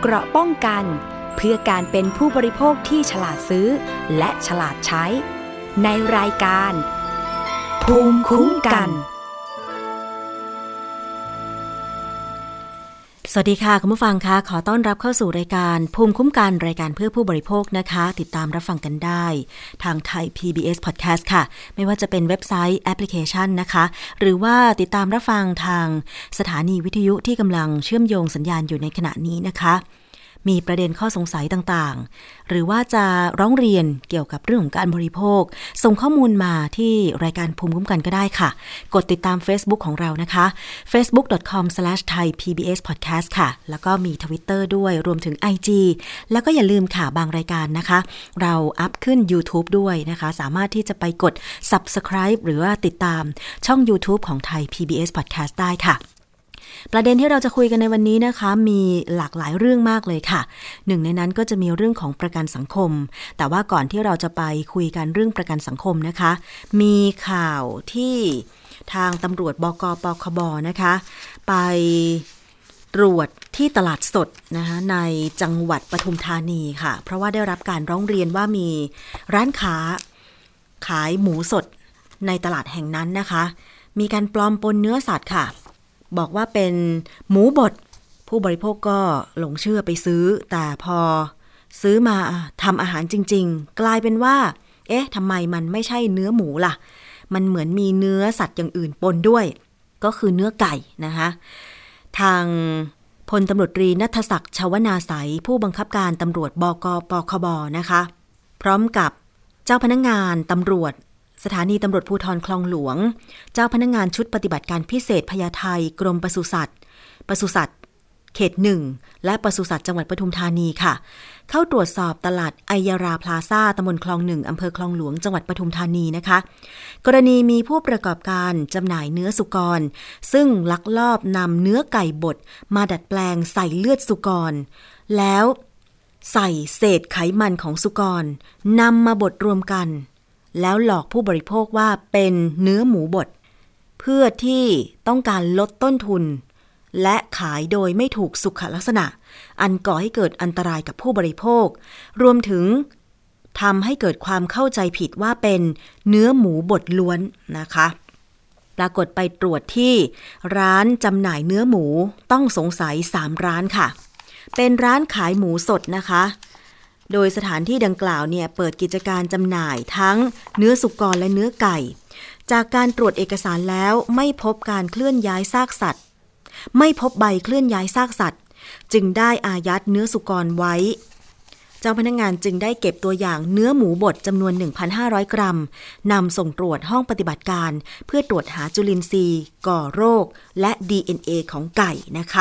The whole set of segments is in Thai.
เกราะป้องกันเพื่อการเป็นผู้บริโภคที่ฉลาดซื้อและฉลาดใช้ในรายการภูมิคุ้มกันสวัสดีค่ะคุณผู้ฟังคะขอต้อนรับเข้าสู่รายการภูมิคุ้มกันรายการเพื่อผู้บริโภคนะคะติดตามรับฟังกันได้ทางไทย PBS Podcast ค่ะไม่ว่าจะเป็นเว็บไซต์แอปพลิเคชันนะคะหรือว่าติดตามรับฟังทางสถานีวิทยุที่กำลังเชื่อมโยงสัญญาณอยู่ในขณะนี้นะคะมีประเด็นข้อสงสัยต่างๆหรือว่าจะร้องเรียนเกี่ยวกับเรื่องของการบริโภคส่งข้อมูลมาที่รายการภูมิคุ้มกันก็ได้ค่ะกดติดตาม Facebook ของเรานะคะ facebook.com/thaipbspodcast ค่ะแล้วก็มี Twitter ด้วยรวมถึง IG แล้วก็อย่าลืมค่ะบางรายการนะคะเราอัพขึ้น YouTube ด้วยนะคะสามารถที่จะไปกด Subscribe หรือว่าติดตามช่อง YouTube ของไทย PBS Podcast ได้ค่ะประเด็นที่เราจะคุยกันในวันนี้นะคะมีหลากหลายเรื่องมากเลยค่ะหนึ่งในนั้นก็จะมีเรื่องของประกันสังคมแต่ว่าก่อนที่เราจะไปคุยกันเรื่องประกันสังคมนะคะมีข่าวที่ทางตำรวจบก.ปคบ.นะคะไปตรวจที่ตลาดสดนะคะในจังหวัดปทุมธานีค่ะเพราะว่าได้รับการร้องเรียนว่ามีร้านค้าขายหมูสดในตลาดแห่งนั้นนะคะมีการปลอมปนเนื้อสัตว์ค่ะบอกว่าเป็นหมูบดผู้บริโภคก็หลงเชื่อไปซื้อแต่พอซื้อมาทำอาหารจริงๆกลายเป็นว่าเอ๊ะทำไมมันไม่ใช่เนื้อหมูล่ะมันเหมือนมีเนื้อสัตว์อย่างอื่นปนด้วยก็คือเนื้อไก่นะคะทางพลตำรวจตรีณัฐศักดิ์ชวนาไสยผู้บังคับการตำรวจบก.ปคบ.นะคะพร้อมกับเจ้าพนักงานตำรวจสถานีตำรวจภูธรคลองหลวงเจ้าพนักงานชุดปฏิบัติการพิเศษพญาไทกรมปศุสัตว์เขต 1และปศุสัตว์จังหวัดปทุมธานีค่ะเข้าตรวจสอบตลาดไอยาราพลาซ่าตำบลคลอง 1อำเภอคลองหลวงจังหวัดปทุมธานีนะคะกรณีมีผู้ประกอบการจำหน่ายเนื้อสุกรซึ่งลักลอบนำเนื้อไก่บดมาดัดแปลงใส่เลือดสุกรแล้วใส่เศษไขมันของสุกรนำมาบดรวมกันแล้วหลอกผู้บริโภคว่าเป็นเนื้อหมูบดเพื่อที่ต้องการลดต้นทุนและขายโดยไม่ถูกสุขลักษณะอันก่อให้เกิดอันตรายกับผู้บริโภครวมถึงทำให้เกิดความเข้าใจผิดว่าเป็นเนื้อหมูบดล้วนนะคะปรากฏไปตรวจที่ร้านจำหน่ายเนื้อหมูต้องสงสัย3ร้านค่ะเป็นร้านขายหมูสดนะคะโดยสถานที่ดังกล่าวเนี่ยเปิดกิจการจำหน่ายทั้งเนื้อสุกรและเนื้อไก่จากการตรวจเอกสารแล้วไม่พบการเคลื่อนย้ายซากสัตว์ไม่พบใบเคลื่อนย้ายซากสัตว์จึงได้อายัดเนื้อสุกรไว้เจ้าพนักงานจึงได้เก็บตัวอย่างเนื้อหมูบดจำนวน 1,500 กรัมนำส่งตรวจห้องปฏิบัติการเพื่อตรวจหาจุลินทรีย์ก่อโรคและ DNA ของไก่นะคะ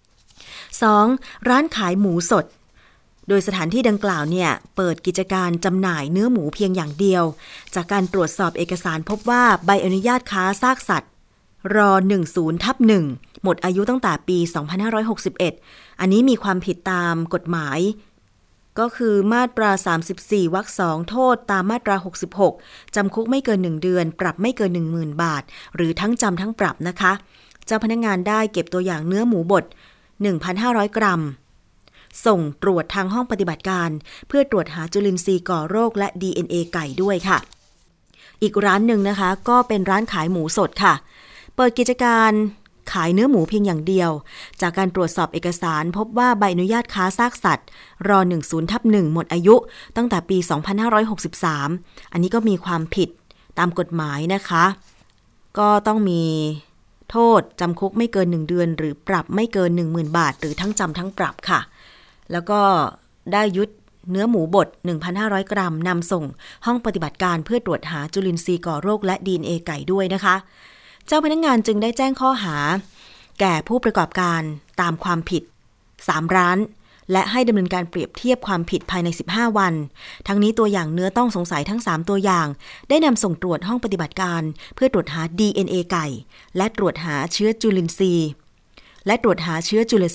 2. ร้านขายหมูสดโดยสถานที่ดังกล่าวเนี่ยเปิดกิจการจำหน่ายเนื้อหมูเพียงอย่างเดียวจากการตรวจสอบเอกสารพบว่าใบอนุญาตค้าซากสัตว์ร10/1หมดอายุตั้งแต่ปี 2561 อันนี้มีความผิดตามกฎหมายก็คือมาตรา34วรรค2โทษตามมาตรา66จำคุกไม่เกิน1เดือนปรับไม่เกิน 10,000 บาทหรือทั้งจำทั้งปรับนะคะเจ้าพนักงานได้เก็บตัวอย่างเนื้อหมูบด 1,500 กรัมส่งตรวจทางห้องปฏิบัติการเพื่อตรวจหาจุลินทรีย์ก่อโรคและ DNA ไก่ด้วยค่ะอีกร้านหนึ่งนะคะก็เป็นร้านขายหมูสดค่ะเปิดกิจการขายเนื้อหมูเพียงอย่างเดียวจากการตรวจสอบเอกสารพบว่าใบอนุญาตค้าซากสัตว์ร10/1หมดอายุตั้งแต่ปี 2563 อันนี้ก็มีความผิดตามกฎหมายนะคะก็ต้องมีโทษจำคุกไม่เกิน1เดือนหรือปรับไม่เกิน 10,000 บาทหรือทั้งจำทั้งปรับค่ะแล้วก็ได้ยึดเนื้อหมูบด 1,500 กรัมนำส่งห้องปฏิบัติการเพื่อตรวจหาจุลินทรีย์ก่อโรคและ DNA ไก่ด้วยนะคะเจ้าพนักงานจึงได้แจ้งข้อหาแก่ผู้ประกอบการตามความผิด3ร้านและให้ดำเนินการเปรียบเทียบความผิดภายใน15วันทั้งนี้ตัวอย่างเนื้อต้องสงสัยทั้ง3ตัวอย่างได้นำส่งตรวจห้องปฏิบัติการเพื่อตรวจหา DNA ไก่และตรวจหาเชื้อจุลินทรีย์และตรวจหาเชื้อจุ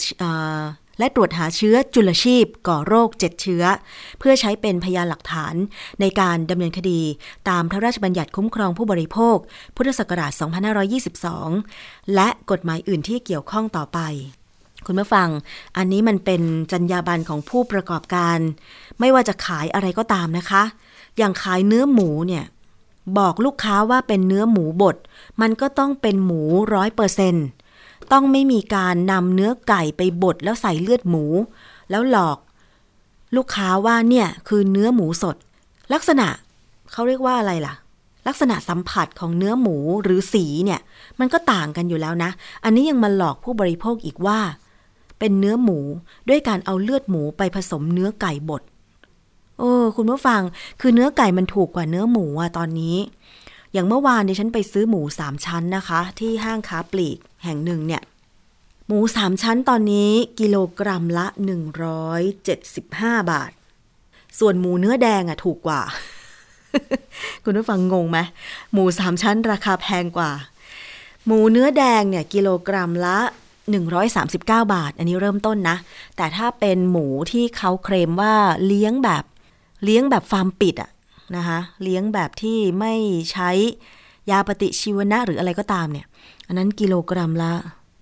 ลชีพก่อโรค7เชื้อเพื่อใช้เป็นพยานหลักฐานในการดำเนินคดีตามพระราชบัญญัติคุ้มครองผู้บริโภคพุทธศักราช2522และกฎหมายอื่นที่เกี่ยวข้องต่อไปคุณผู้ฟังอันนี้มันเป็นจรรยาบรรณของผู้ประกอบการไม่ว่าจะขายอะไรก็ตามนะคะอย่างขายเนื้อหมูเนี่ยบอกลูกค้าว่าเป็นเนื้อหมูบดมันก็ต้องเป็นหมู 100%ต้องไม่มีการนำเนื้อไก่ไปบดแล้วใส่เลือดหมูแล้วหลอกลูกค้าว่าเนี่ยคือเนื้อหมูสดลักษณะเขาเรียกว่าอะไรล่ะลักษณะสัมผัสของเนื้อหมูหรือสีเนี่ยมันก็ต่างกันอยู่แล้วนะอันนี้ยังมาหลอกผู้บริโภคอีกว่าเป็นเนื้อหมูด้วยการเอาเลือดหมูไปผสมเนื้อไก่บดคุณผู้ฟังคือเนื้อไก่มันถูกกว่าเนื้อหมูอะตอนนี้อย่างเมื่อวานดิฉันไปซื้อหมู3ชั้นนะคะที่ห้างค้าปลีกแห่งหนึ่งเนี่ยหมู3ชั้นตอนนี้กิโลกรัมละ175 บาทส่วนหมูเนื้อแดงอะถูกกว่า คุณผู้ฟังงงไหมหมู3ชั้นราคาแพงกว่าหมูเนื้อแดงเนี่ยกิโลกรัมละ139 บาทอันนี้เริ่มต้นนะแต่ถ้าเป็นหมูที่เขาเคลมว่าเลี้ยงแบบฟาร์มปิดอะนะคะเลี้ยงแบบที่ไม่ใช้ยาปฏิชีวนะหรืออะไรก็ตามเนี่ยอันนั้นกิโลกรัมละ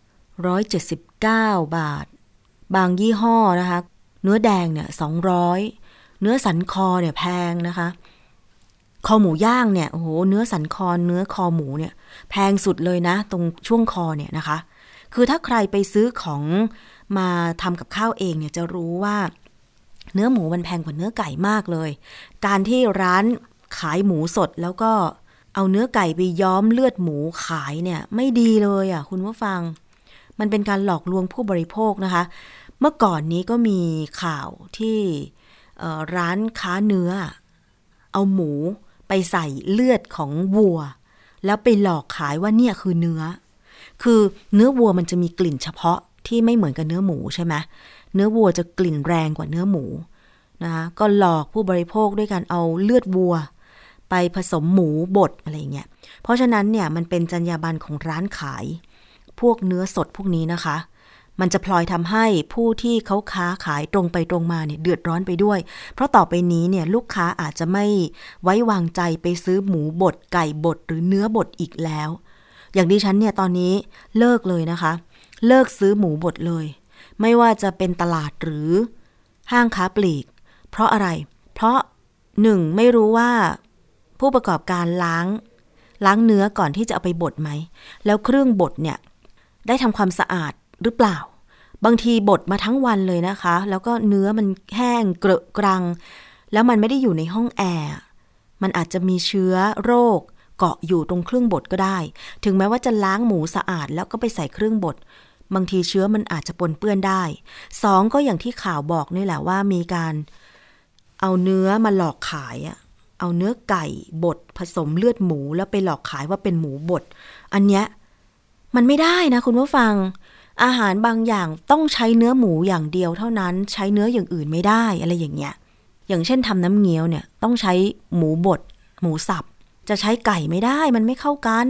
179 บาทบางยี่ห้อนะคะเนื้อแดงเนี่ย200เนื้อสันคอเนี่ยแพงนะคะคอหมูย่างเนี่ยโอ้โหเนื้อสันคอเนื้อคอหมูเนี่ยแพงสุดเลยนะตรงช่วงคอเนี่ยนะคะคือถ้าใครไปซื้อของมาทำกับข้าวเองเนี่ยจะรู้ว่าเนื้อหมูมันแพงกว่าเนื้อไก่มากเลยการที่ร้านขายหมูสดแล้วก็เอาเนื้อไก่ไปย้อมเลือดหมูขายเนี่ยไม่ดีเลยอ่ะคุณผู้ฟังมันเป็นการหลอกลวงผู้บริโภคนะคะเมื่อก่อนนี้ก็มีข่าวที่ร้านค้าเนื้อเอาหมูไปใส่เลือดของวัวแล้วไปหลอกขายว่าเนี่ยคือเนื้อวัวมันจะมีกลิ่นเฉพาะที่ไม่เหมือนกับเนื้อหมูใช่ไหมเนื้อวัวจะกลิ่นแรงกว่าเนื้อหมูนะคะก็หลอกผู้บริโภคด้วยการเอาเลือดวัวไปผสมหมูบดอะไรเงี้ยเพราะฉะนั้นเนี่ยมันเป็นจรรยาบรรณของร้านขายพวกเนื้อสดพวกนี้นะคะมันจะพลอยทำให้ผู้ที่เขาค้าขายตรงไปตรงมาเนี่ยเดือดร้อนไปด้วยเพราะต่อไปนี้เนี่ยลูกค้าอาจจะไม่ไว้วางใจไปซื้อหมูบดไก่บดหรือเนื้อบดอีกแล้วอย่างดิฉันเนี่ยตอนนี้เลิกเลยนะคะเลิกซื้อหมูบดเลยไม่ว่าจะเป็นตลาดหรือห้างค้าปลีกเพราะอะไรเพราะ1ไม่รู้ว่าผู้ประกอบการล้างเนื้อก่อนที่จะเอาไปบดไหมแล้วเครื่องบดเนี่ยได้ทำความสะอาดหรือเปล่าบางทีบดมาทั้งวันเลยนะคะแล้วก็เนื้อมันแห้งเกระกรังแล้วมันไม่ได้อยู่ในห้องแอร์มันอาจจะมีเชื้อโรคเกาะอยู่ตรงเครื่องบดก็ได้ถึงแม้ว่าจะล้างหมูสะอาดแล้วก็ไปใส่เครื่องบดบางทีเชื้อมันอาจจะปนเปื้อนได้2ก็อย่างที่ข่าวบอกนี่แหละว่ามีการเอาเนื้อมาหลอกขายเอาเนื้อไก่บดผสมเลือดหมูแล้วไปหลอกขายว่าเป็นหมูบดอันเนี้ยมันไม่ได้นะคุณผู้ฟังอาหารบางอย่างต้องใช้เนื้อหมูอย่างเดียวเท่านั้นใช้เนื้ออย่างอื่นไม่ได้อะไรอย่างเงี้ยอย่างเช่นทำน้ำเงี้ยวเนี่ยต้องใช้หมูบดหมูสับจะใช้ไก่ไม่ได้มันไม่เข้ากัน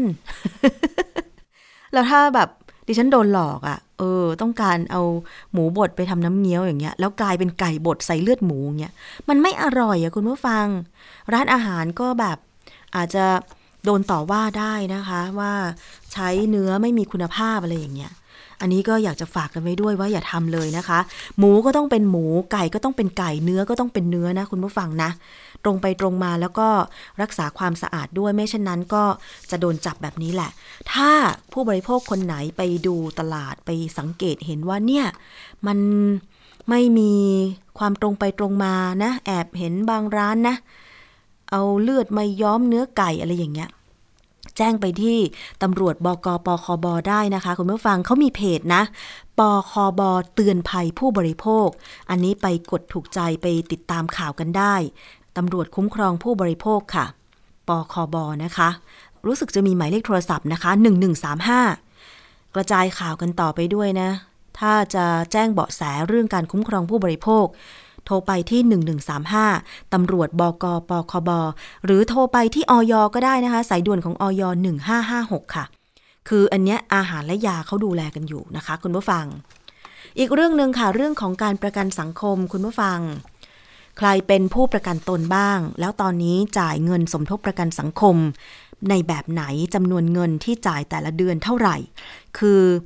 แล้วถ้าแบบดิฉันโดนหลอกต้องการเอาหมูบดไปทำน้ำเงี้ยวอย่างเงี้ยแล้วกลายเป็นไก่บดใส่เลือดหมูเงี้ยมันไม่อร่อยคุณผู้ฟังร้านอาหารก็แบบอาจจะโดนต่อว่าได้นะคะว่าใช้เนื้อไม่มีคุณภาพอะไรอย่างเงี้ยอันนี้ก็อยากจะฝากกันไว้ด้วยว่าอย่าทำเลยนะคะหมูก็ต้องเป็นหมูไก่ก็ต้องเป็นไก่เนื้อก็ต้องเป็นเนื้อนะคุณผู้ฟังนะตรงไปตรงมาแล้วก็รักษาความสะอาดด้วยไม่เช่นนั้นก็จะโดนจับแบบนี้แหละถ้าผู้บริโภคคนไหนไปดูตลาดไปสังเกตเห็นว่าเนี่ยมันไม่มีความตรงไปตรงมานะแอบเห็นบางร้านนะเอาเลือดมาย้อมเนื้อไก่อะไรอย่างเงี้ยแจ้งไปที่ตำรวจบก.ปคบ.ได้นะคะคุณผู้ฟังเขามีเพจนะปคบ.เตือนภัยผู้บริโภคอันนี้ไปกดถูกใจไปติดตามข่าวกันได้ตำรวจคุ้มครองผู้บริโภคค่ะปคบ.นะคะรู้สึกจะมีหมายเลขโทรศัพท์นะคะ1135กระจายข่าวกันต่อไปด้วยนะถ้าจะแจ้งเบาะแสเรื่องการคุ้มครองผู้บริโภคโทรไปที่1135ตำรวจบก.ปคบ.หรือโทรไปที่อย.ก็ได้นะคะสายด่วนของอย. 1556ค่ะคืออันเนี้ยอาหารและยาเขาดูแลกันอยู่นะคะคุณผู้ฟังอีกเรื่องนึงค่ะเรื่องของการประกันสังคมคุณผู้ฟังใครเป็นผู้ประกันตนบ้างแล้วตอนนี้จ่ายเงินสมทบประกันสังคมในแบบไหนจำนวนเงินที่จ่ายแต่ละเดือนเท่าไหร่คือ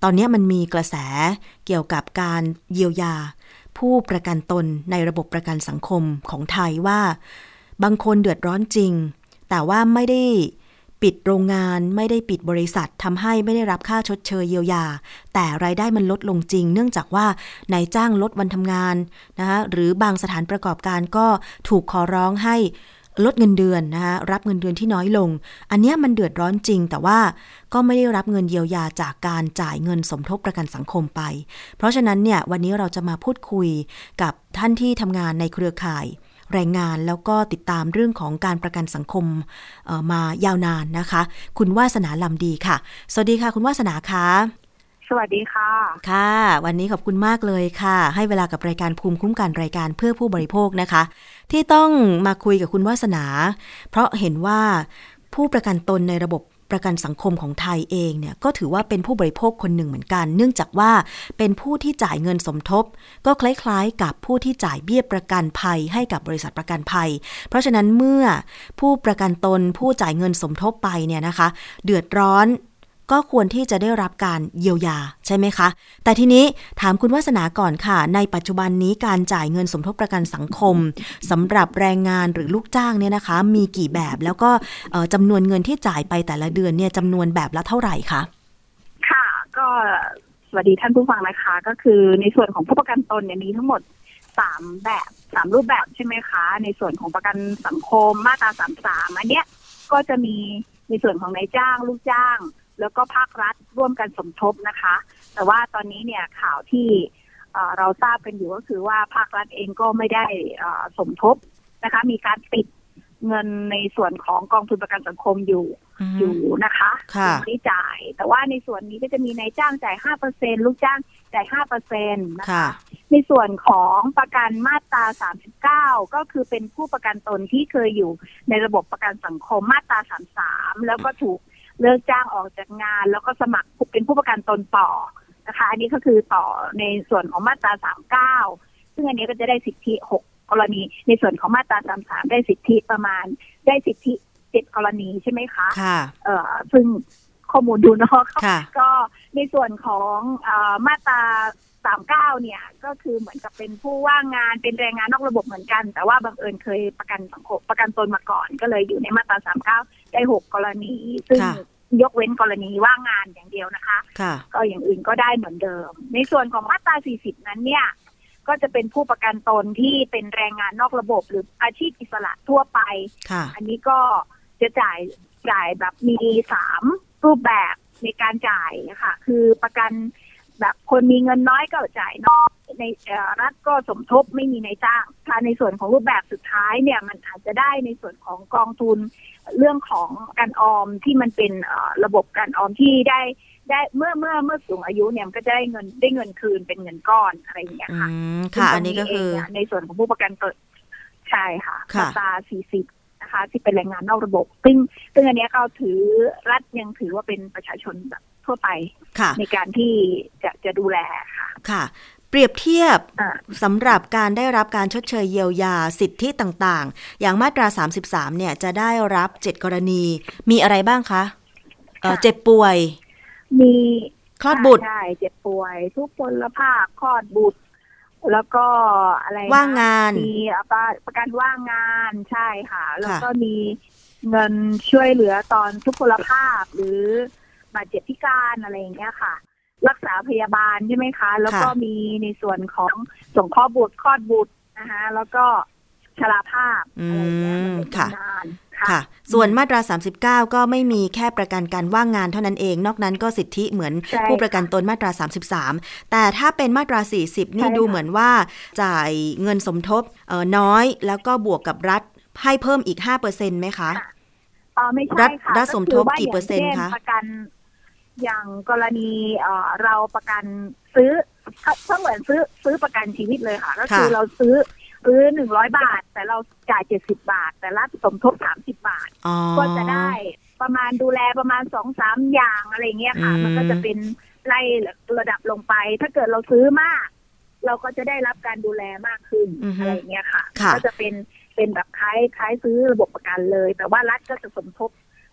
ตอนนี้มันมีกระแสเกี่ยวกับการเยียวยาผู้ประกันตนในระบบประกันสังคมของไทยว่าบางคนเดือดร้อนจริงแต่ว่าไม่ได้ปิดโรงงานไม่ได้ปิดบริษัททำให้ไม่ได้รับค่าชดเชยเยียวยาแต่รายได้มันลดลงจริงเนื่องจากว่านายจ้างลดวันทำงานนะคะหรือบางสถานประกอบการก็ถูกขอร้องให้ลดเงินเดือนนะคะรับเงินเดือนที่น้อยลงอันนี้มันเดือดร้อนจริงแต่ว่าก็ไม่ได้รับเงินเยียวยาจากการจ่ายเงินสมทบประกันสังคมไปเพราะฉะนั้นเนี่ยวันนี้เราจะมาพูดคุยกับท่านที่ทำงานในเครือข่ายแรงงานแล้วก็ติดตามเรื่องของการประกันสังคมมายาวนานนะคะคุณวาสนาลำดีค่ะสวัสดีค่ะคุณวาสนาค่ะสวัสดีค่ะค่ะวันนี้ขอบคุณมากเลยค่ะให้เวลากับรายการภูมิคุ้มกันรายการเพื่อผู้บริโภคนะคะที่ต้องมาคุยกับคุณวาสนาเพราะเห็นว่าผู้ประกันตนในระบบประกันสังคมของไทยเองเนี่ยก็ถือว่าเป็นผู้บริโภคคนหนึ่งเหมือนกันเนื่องจากว่าเป็นผู้ที่จ่ายเงินสมทบก็คล้ายๆกับผู้ที่จ่ายเบี้ยประกันภัยให้กับบริษัทประกันภัยเพราะฉะนั้นเมื่อผู้ประกันตนผู้จ่ายเงินสมทบไปเนี่ยนะคะเดือดร้อนก็ควรที่จะได้รับการเยียวยาใช่ไหมคะแต่ทีนี้ถามคุณวาสนาก่อนค่ะในปัจจุบันนี้การจ่ายเงินสมทบประกันสังคมสำหรับแรงงานหรือลูกจ้างเนี่ยนะคะมีกี่แบบแล้วก็จำนวนเงินที่จ่ายไปแต่ละเดือนเนี่ยจำนวนแบบละเท่าไหร่คะค่ะก็สวัสดีท่านผู้ฟังนะคะก็คือในส่วนของผู้ประกันตนเนี่ยมีทั้งหมด3รูปแบบใช่ไหมคะในส่วนของประกันสังคมมาตรา33อันเนี้ยก็จะมีในส่วนของนายจ้างลูกจ้างแล้วก็ภาครัฐร่วมกันสมทบนะคะแต่ว่าตอนนี้เนี่ยข่าวที่เราทราบกันอยู่ก็คือว่าภาครัฐเองก็ไม่ได้สมทบนะคะมีการปิดเงินในส่วนของกองทุนประกันสังคมอยู่นะคะไม่ได้จ่ายแต่ว่าในส่วนนี้ก็จะมีนายจ้างจ่าย 5% ลูกจ้างจ่าย 5% นะคะในส่วนของประกันมาตรา39ก็คือเป็นผู้ประกันตนที่เคยอยู่ในระบบประกันสังคมมาตรา33แล้วก็ถูกเลิกจ้างออกจากงานแล้วก็สมัครเป็นผู้ประกันตนต่อนะคะอันนี้ก็คือต่อในส่วนของมาตรา39ซึ่งอันนี้ก็จะได้สิทธิ6กรณีในส่วนของมาตรา33ได้สิทธิประมาณได้สิทธิ7กรณีใช่ไหมคะค่ะซึ่งข้อมูลดูเนาะก็ในส่วนของมาตรา39เนี่ยก็คือเหมือนกับเป็นผู้ว่างงานเป็นแรงงานนอกระบบเหมือนกันแต่ว่าบังเอิญเคยประกันสังคมประกันตนมาก่อนก็เลยอยู่ในมาตรา39ได้6กรณีซึ่งยกเว้นกรณีว่างงานอย่างเดียวนะคะก็อย่างอื่นก็ได้เหมือนเดิมในส่วนของมาตรา40นั้นเนี่ยก็จะเป็นผู้ประกันตนที่เป็นแรงงานนอกระบบหรืออาชีพอิสระทั่วไปอันนี้ก็จะจ่ายแบบมี3รูปแบบในการจ่ายค่ะคือประกันแบบคนมีเงินน้อยก็จ่ายน้อยในรัฐก็สมทบไม่มีนายจ้างถ้าในส่วนของรูปแบบสุดท้ายเนี่ยมันอาจจะได้ในส่วนของกองทุนเรื่องของการออมที่มันเป็นระบบการออมที่ได้เมื่อสูงอายุเนี่ยมันก็จะได้เงินคืนเป็นเงินก้อนอะไรอย่างเงี้ยค่ะค่ะอันนี้ก็คือในส่วนของผู้ประกันตนใช่ค่ะมาตรา40นะคะที่เป็นแรงงานนอกระบบซึ่งอันนี้ก็ถือรัฐยังถือว่าเป็นประชาชนแบบทั่วไปในการที่จะดูแลค่ะค่ะเปรียบเทียบสำหรับการได้รับการชดเชยเยียวยาสิทธิต่างๆอย่างมาตรา33เนี่ยจะได้รับ7กรณีมีอะไรบ้างคะเจ็บป่วยมีคลอดบุตรใช่เจ็บป่วยทุพพลภาพคลอดบุตรแล้วก็อะไรว่างงานมีประกันว่างงานใช่ค่ะแล้วก็มีเงินช่วยเหลือตอนทุพพลภาพหรือบาดเจ็บพิการอะไรอย่างเงี้ยค่ะรักษาพยาบาลใช่ไหมคะแล้วก็มีในส่วนของสงเคราะห์บุตรคลอดบุตรนะคะแล้วก็ชราภาพอะไรอย่างเงี้ยมันเป็นนานค่ะส่วนมาตรา39ก็ไม่มีแค่ประกันการว่างงานเท่านั้นเองนอกนั้นก็สิทธิเหมือนผู้ประกันตนมาตรา33แต่ถ้าเป็นมาตรา40นี่ดูเหมือนว่าจ่ายเงินสมทบน้อยแล้วก็บวกกับรัฐให้เพิ่มอีก 5% ไหมคะไม่ใช่ค่ะรัฐสมทบกี่เปอร์เซ็นต์คะประกันอย่างกรณีเราประกันซื้อก็เหมือนซื้อประกันชีวิตเลยค่ะก็คือเราซื้อ100 บาทแต่เราจ่าย70 บาทแต่รัฐสมทบ30 บาทก็จะได้ประมาณดูแลประมาณ 2-3 อย่างอะไรเงี้ยค่ะมันก็จะเป็นไล่ระดับลงไปถ้าเกิดเราซื้อมากเราก็จะได้รับการดูแลมากขึ้นอะไรเงี้ยค่ะก็จะเป็นแบบคล้ายซื้อระบบประกันเลยแต่ว่ารัฐก็จะสมทบ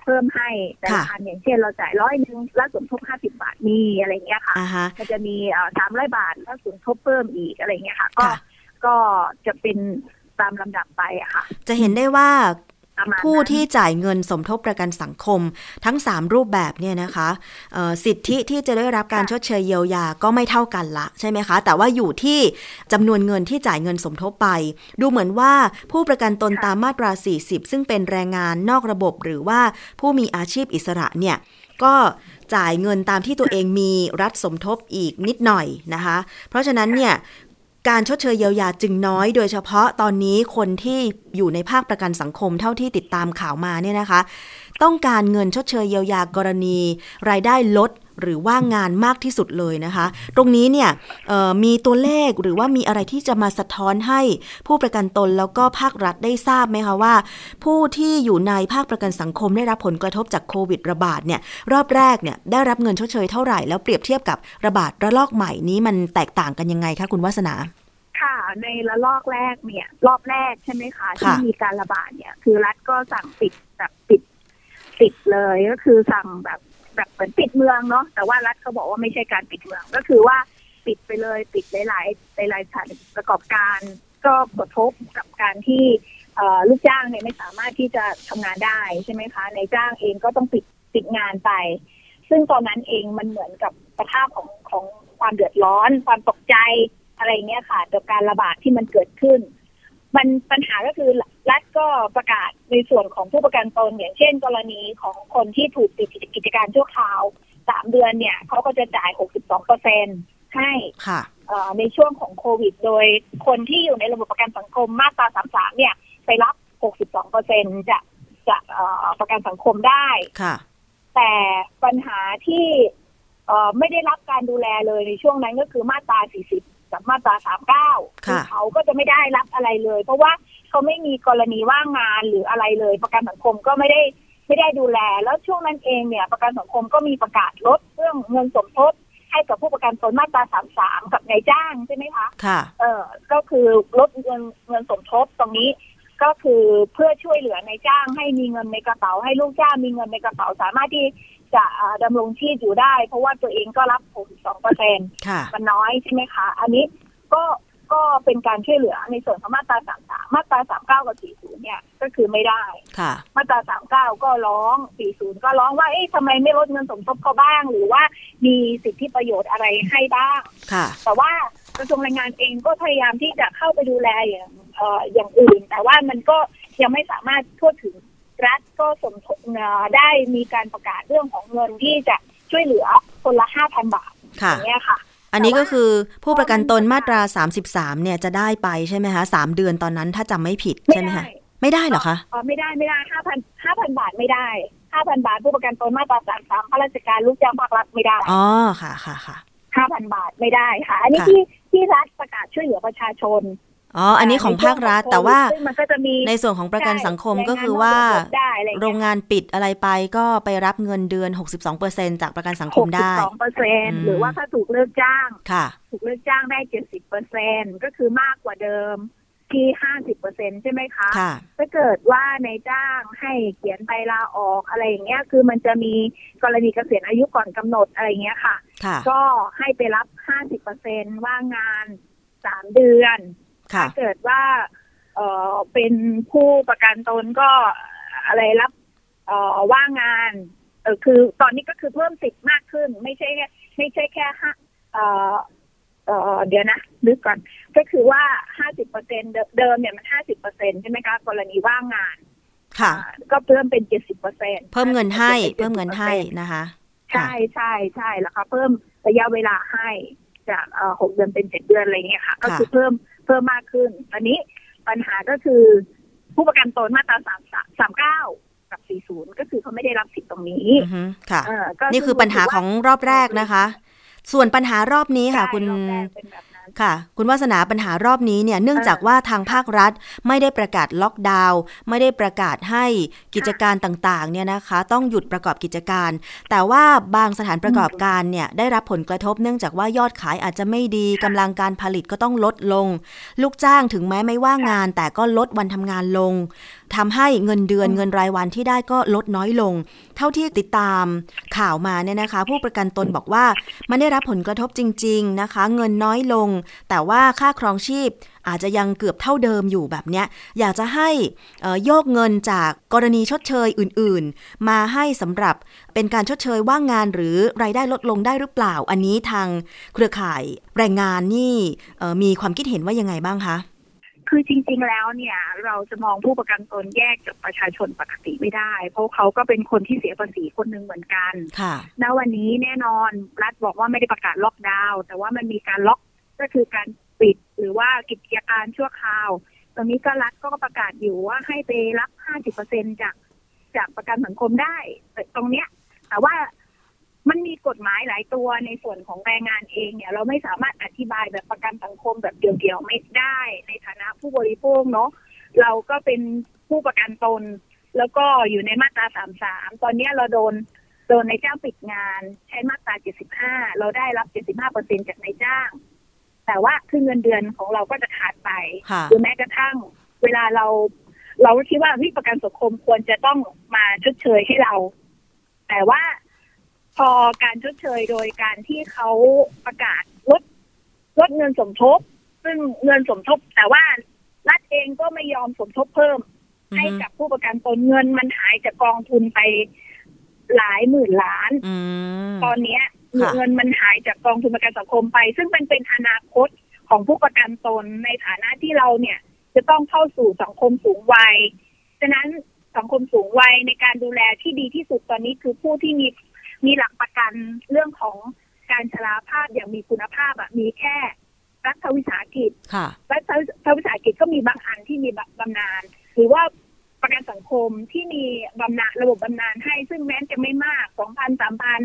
พิ่มให้แต่ละอันอย่างเช่นเราจ่าย100แล้วสมทบ50 บาทมีอะไรเงี้ยค่ะมันจะมี300 บาทแล้วสมทบเพิ่มอีกอะไรเงี้ยค่ะก็จะเป็นตามลำดับไปอะค่ะจะเห็นได้ว่าผู้ที่จ่ายเงินสมทบประกันสังคมทั้ง3รูปแบบเนี่ยนะคะสิทธิที่จะได้รับการชดเชยเยียวยาก็ไม่เท่ากันละใช่ไหมคะแต่ว่าอยู่ที่จำนวนเงินที่จ่ายเงินสมทบไปดูเหมือนว่าผู้ประกันตนตามมาตรา40ซึ่งเป็นแรงงานนอกระบบหรือว่าผู้มีอาชีพอิสระเนี่ยก็จ่ายเงินตามที่ตัวเองมีรัฐสมทบอีกนิดหน่อยนะคะเพราะฉะนั้นเนี่ยการชดเชยเยียวยาจึงน้อยโดยเฉพาะตอนนี้คนที่อยู่ในภาคประกันสังคมเท่าที่ติดตามข่าวมาเนี่ยนะคะต้องการเงินชดเชยเยียวยากรณีรายได้ลดหรือว่างงานมากที่สุดเลยนะคะตรงนี้เนี่ยมีตัวเลขหรือว่ามีอะไรที่จะมาสะท้อนให้ผู้ประกันตนแล้วก็ภาครัฐได้ทราบไหมคะว่าผู้ที่อยู่ในภาคประกันสังคมได้รับผลกระทบจากโควิดระบาดเนี่ยรอบแรกเนี่ยได้รับเงินชดเชยเท่าไหร่แล้วเปรียบเทียบกับระบาดระลอกใหม่นี้มันแตกต่างกันยังไงคะคุณวาสนาค่ะในระลอกแรกเนี่ยรอบแรกใช่ไหมคะที่มีการระบาดเนี่ยคือรัฐก็สั่งปิดแบบปิดเลยก็คือสั่งแบบเหมือนปิดเมืองเนาะแต่ว่ารัฐเขาบอกว่าไม่ใช่การปิดเมืองก็คือว่าปิดไปเลยปิดหลายสถานประกอบการก็กระทบกับการที่ลูกจ้างเนี่ยไม่สามารถที่จะทำงานได้ใช่ไหมคะนายจ้างเองก็ต้องปิดงานไปซึ่งตอนนั้นเองมันเหมือนกับสภาพของความเดือดร้อนความตกใจอะไรเงี้ยค่ะกับการระบาดที่มันเกิดขึ้นมันปัญหาก็คือรัฐก็ประกาศในส่วนของผู้ประกันตนอย่างเช่นกรณีของคนที่ถูกปิดกิจการชั่วคราว3 เดือนเนี่ยเขาก็จะจ่าย 62% ให้ในช่วงของโควิดโดยคนที่อยู่ในระบบประกันสังคมมาตรา33เนี่ยไปรับ 62% จากประกันสังคมได้แต่ปัญหาที่ไม่ได้รับการดูแลเลยในช่วงนั้นก็คือมาตรา40กับมาตรา39คือเขาก็จะไม่ได้รับอะไรเลยเพราะว่าเขาไม่มีกรณีว่างงานหรืออะไรเลยประกันสังคมก็ไม่ได้ดูแลแล้วช่วงนั้นเองเนี่ยประกันสังคมก็มีประกาศลดเรื่องเงินสมทบให้กับผู้ประกันตนมาตรา33กับนายจ้างใช่ไหมคะค่ะก็คือลดเงินสมทบตรงนี้ก็คือเพื่อช่วยเหลือนายจ้างให้มีเงินในกระเป๋าให้ลูกจ้างมีเงินในกระเป๋าสามารถที่จะดำรงชีพอยู่ได้เพราะว่าตัวเองก็รับ 62% มันน้อยใช่ไหมคะอันนี้ก็เป็นการช่วยเหลือในส่วนของมาตรา33มาตรา39กับ40เนี่ยก็คือไม่ได้มาตรา39ก็ร้อง40ก็ร้องว่าทำไมไม่ลดเงินสมทบเขาบ้างหรือว่ามีสิทธิประโยชน์อะไรให้บ้างแต่ว่ากระทรวงแรงงานเองก็พยายามที่จะเข้าไปดูแลอย่างอื่นแต่ว่ามันก็ยังไม่สามารถทั่วถึงรัฐก็สมทบได้มีการประกาศเรื่องของเงินที่จะช่วยเหลือคนละ 5,000 บาทอย่างเงี้ยค่ะอันนี้ก็คือผู้ประกันตนมาตรา33เนี่ยจะได้ไปใช่ไหมคะ3 เดือนตอนนั้นถ้าจำไม่ผิดใช่ไหมคะไม่ได้เหรอคะไม่ได้ 5,000 บาทไม่ได้ 5,000 บาทผู้ประกันตนมาตรา33ข้าราชการลูกจ้างภาครัฐไม่ได้อ๋อค่ะ 5,000 บาทไม่ได้ค่ะอันนี้ที่รัฐประกาศช่วยเหลือประชาชนอันนี้ของภาครัฐแต่ว่าในส่วนของประกันสังคมก็คือว่าโรงงานปิดอะไรไปก็ไปรับเงินเดือน 62% จากประกันสังคมได้ 62% หรือว่าถ้าถูกเลิกจ้างถูกเลิกจ้างได้ 70% ก็คือมากกว่าเดิมที่ 50% ใช่ไหมคะถ้าเกิดว่าในจ้างให้เขียนใบลาออกอะไรอย่างเงี้ยคือมันจะมีกรณีเกษียณอายุก่อนกำหนดอะไรเงี้ยค่ะก็ให้ไปรับ 50% ว่างงาน3 เดือนถ้าเกิดว่าเป็นผู้ประกันตนก็อะไรรับว่างงานคือตอนนี้ก็คือเพิ่มสิทธิ์มากขึ้นไม่ใช่แค่เดี๋ยวนะนึกก่อนก็คือว่า 50% เดิมเนี่ยมัน 50% ใช่ไหมคะกรณีว่างงานค่ะก็เพิ่มเป็น 70% เพิ่มเงินให้นะคะใช่แล้วก็เพิ่มระยะเวลาให้จาก6 เดือนเป็น7 เดือนอะไรเงี้ยค่ะก็คือเพิ่มมากขึ้นตอนนี้ปัญหาก็คือผู้ประกันตนมาตรา39กับ40ก็คือเขาไม่ได้รับสิทธิ์ตรงนี้ค่ะนี่คือปัญหาของรอบแรกนะคะส่วนปัญหารอบนี้ค่ะคุณค่ะคุณวาสนาปัญหารอบนี้เนี่ยเนื่องจากว่าทางภาครัฐไม่ได้ประกาศล็อกดาวน์ไม่ได้ประกาศให้กิจการต่างๆเนี่ยนะคะต้องหยุดประกอบกิจการแต่ว่าบางสถานประกอบการเนี่ยได้รับผลกระทบเนื่องจากว่ายอดขายอาจจะไม่ดีกำลังการผลิตก็ต้องลดลงลูกจ้างถึงแม้ไม่ว่างงานแต่ก็ลดวันทำงานลงทำให้เงินเดือนเงินรายวันที่ได้ก็ลดน้อยลงเท่าที่ติดตามข่าวมาเนี่ยนะคะผู้ประกันตนบอกว่ามันได้รับผลกระทบจริงๆนะคะเงินน้อยลงแต่ว่าค่าครองชีพอาจจะยังเกือบเท่าเดิมอยู่แบบเนี้ยอยากจะให้โยกเงินจากกรณีชดเชยอื่นๆมาให้สำหรับเป็นการชดเชยว่างงานหรือรายได้ลดลงได้หรือเปล่าอันนี้ทางเครือข่ายแรงงานนี่มีความคิดเห็นว่ายังไงบ้างคะคือจริงๆแล้วเนี่ยเราจะมองผู้ประกันตนแยกจากประชาชนปกติไม่ได้เพราะเขาก็เป็นคนที่เสียภาษีคนหนึ่งเหมือนกันณวันนี้แน่นอนรัฐบอกว่าไม่ได้ประกาศล็อกดาวน์แต่ว่ามันมีการล็อกก็คือการปิดหรือว่ากิจการชั่วคราวตรงนี้ก็รัฐก็ประกาศอยู่ว่าให้ไปรับ 50% จากประกันสังคมได้ตรงเนี้ยแต่ว่ามันมีกฎหมายหลายตัวในส่วนของแรงงานเองเนี่ยเราไม่สามารถอธิบายแบบประกันสังคมแบบเดี่ยวๆไม่ได้ในฐานะผู้บริโภคเนาะเราก็เป็นผู้ประกันตนแล้วก็อยู่ในมาตรา33ตอนนี้เราโดนนายจ้างปิดงานใช้มาตรา75เราได้รับ 75% จากนายจ้างแต่ว่าคือเงินเดือนของเราก็จะขาดไปหรือแม้กระทั่งเวลาเราคิดว่าประกันสังคมควรจะต้องมาชดเชยให้เราแต่ว่าพอการชดเชยโดยการที่เขาประกาศลดเงินสมทบซึ่งเงินสมทบแต่ว่ารัฐเองก็ไม่ยอมสมทบเพิ่มให้กับผู้ประกันตนเงินมันหายจากกองทุนไปหลายหมื่นล้านตอนนี้เงินมันหายจากกองทุนประกันสังคมไปซึ่งเป็นอนาคตของผู้ประกันตนในฐานะที่เราเนี่ยจะต้องเข้าสู่สังคมสูงวัยฉะนั้นสังคมสูงวัยในการดูแลที่ดีที่สุดตอนนี้คือผู้ที่มีหลักประกันเรื่องของการชราภาพอย่างมีคุณภาพมีแค่รัฐวิสาหกิจรัฐวิสาหกิจก็มีบางอันที่มีบำนาญหรือว่าประกันสังคมที่มีบำนาญระบบบำนาญให้ซึ่งแม้จะไม่มาก 2,000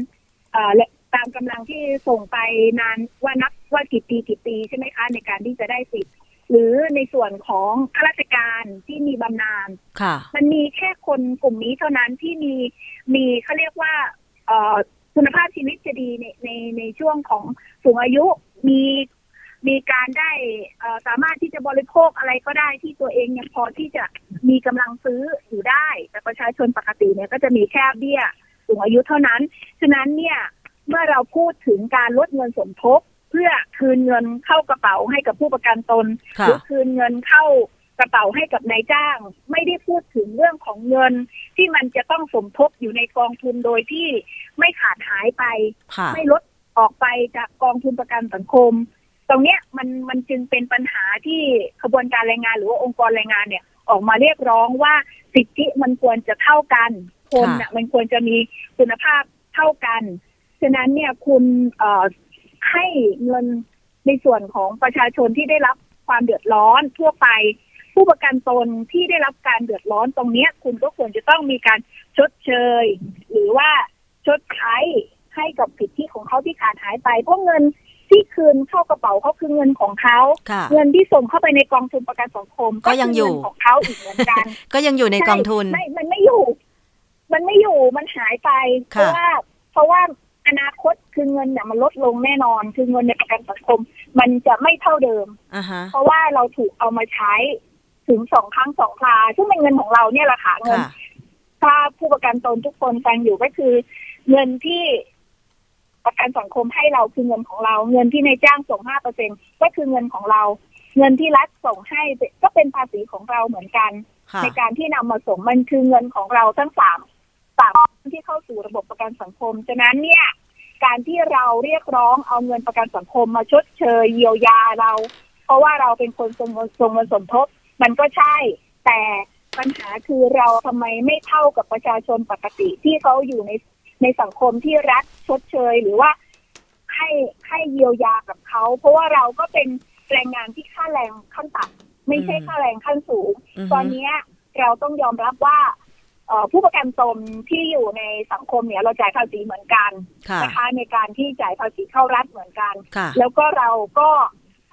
3,000ตามกำลังที่ส่งไปนานว่านับว่ากี่ปีใช่ไหมคะในการที่จะได้สิทธิ์หรือในส่วนของข้าราชการที่มีบำนาญมันมีแค่คนกลุ่มนี้เท่านั้นที่มีเขาเรียกว่าคุณภาพชีวิตจะดีในช่วงของสูงอายุมีการได้สามารถที่จะบริโภคอะไรก็ได้ที่ตัวเองยังพอที่จะมีกำลังซื้ออยู่ได้แต่ประชาชนปกติเนี่ยก็จะมีแค่เบี้ยสูงอายุเท่านั้นฉะนั้นเนี่ยเมื่อเราพูดถึงการลดเงินสมทบเพื่อคืนเงินเข้ากระเป๋าให้กับผู้ประกันตนหรือคืนเงินเข้ากระเป๋าให้กับนายจ้างไม่ได้พูดถึงเรื่องของเงินที่มันจะต้องสมทบอยู่ในกองทุนโดยที่ไม่ขาดหายไปไม่ลดออกไปจากกองทุนประกันสังคมตรงเนี้ยมันจึงเป็นปัญหาที่ขบวนการแรงงานหรือว่าองค์กรแรงงานเนี่ยออกมาเรียกร้องว่าสิทธิมันควรจะเท่ากันคนน่ะมันควรจะมีคุณภาพเท่ากันฉะนั้นเนี่ยคุณให้เงินในส่วนของประชาชนที่ได้รับความเดือดร้อนทั่วไปผู้ประกันตนที่ได้รับการเดือดร้อนตรงนี้คุณก็ควรจะต้องมีการชดเชยหรือว่าชดใช้ให้กับสิทธิของเขาที่ขาดหายไปเพราะเงินที่คืนเข้ากระเป๋าเขาคือเงินของเขาเงินที่ส่งเข้าไปในกองทุนประกันสังคมก็ยังอยู่ของเขาอีกเหมือนกันก็ยังอยู่ในกองทุนมันไม่อยู่มันหายไปเพราะว่าอนาคตคือเงินเนี่ยมันลดลงแน่นอนคือเงินในประกันสังคมมันจะไม่เท่าเดิมเพราะว่าเราถูกเอามาใช้ถึง2 ครั้ง 2 คราซึ่งเป็นเงินของเราเนี่ยแหละค่ะเงินถ้าผู้ประกันตนทุกคนฟังอยู่ก็คือเงินที่ประกันสังคมให้เราคือเงินของเราเงินที่นายจ้างส่ง 5% ก็คือเงินของเราเงินที่รัฐส่งให้ก็เป็นภาษีของเราเหมือนกันในการที่นำมาส่งมันคือเงินของเราทั้ง3ที่เข้าสู่ระบบประกันสังคมฉะนั้นเนี่ยการที่เราเรียกร้องเอาเงินประกันสังคมมาชดเชยเยียวยาเราเพราะว่าเราเป็นคนส่งเงินสมทบมันก็ใช่แต่ปัญหาคือเราทำไมไม่เท่ากับประชาชนปกติที่เขาอยู่ในสังคมที่รัฐชดเชยหรือว่าให้เยียวยากับเขาเพราะว่าเราก็เป็นแรงงานที่ค่าแรงขั้นต่ำไม่ใช่ค่าแรงขั้นสูงตอนนี้เราต้องยอมรับว่าผู้ประกันตนที่อยู่ในสังคมเนี่ยเราจ่ายภาษีเหมือนกันนะคะในการที่จ่ายภาษีเข้ารัฐเหมือนกันแล้วก็เราก็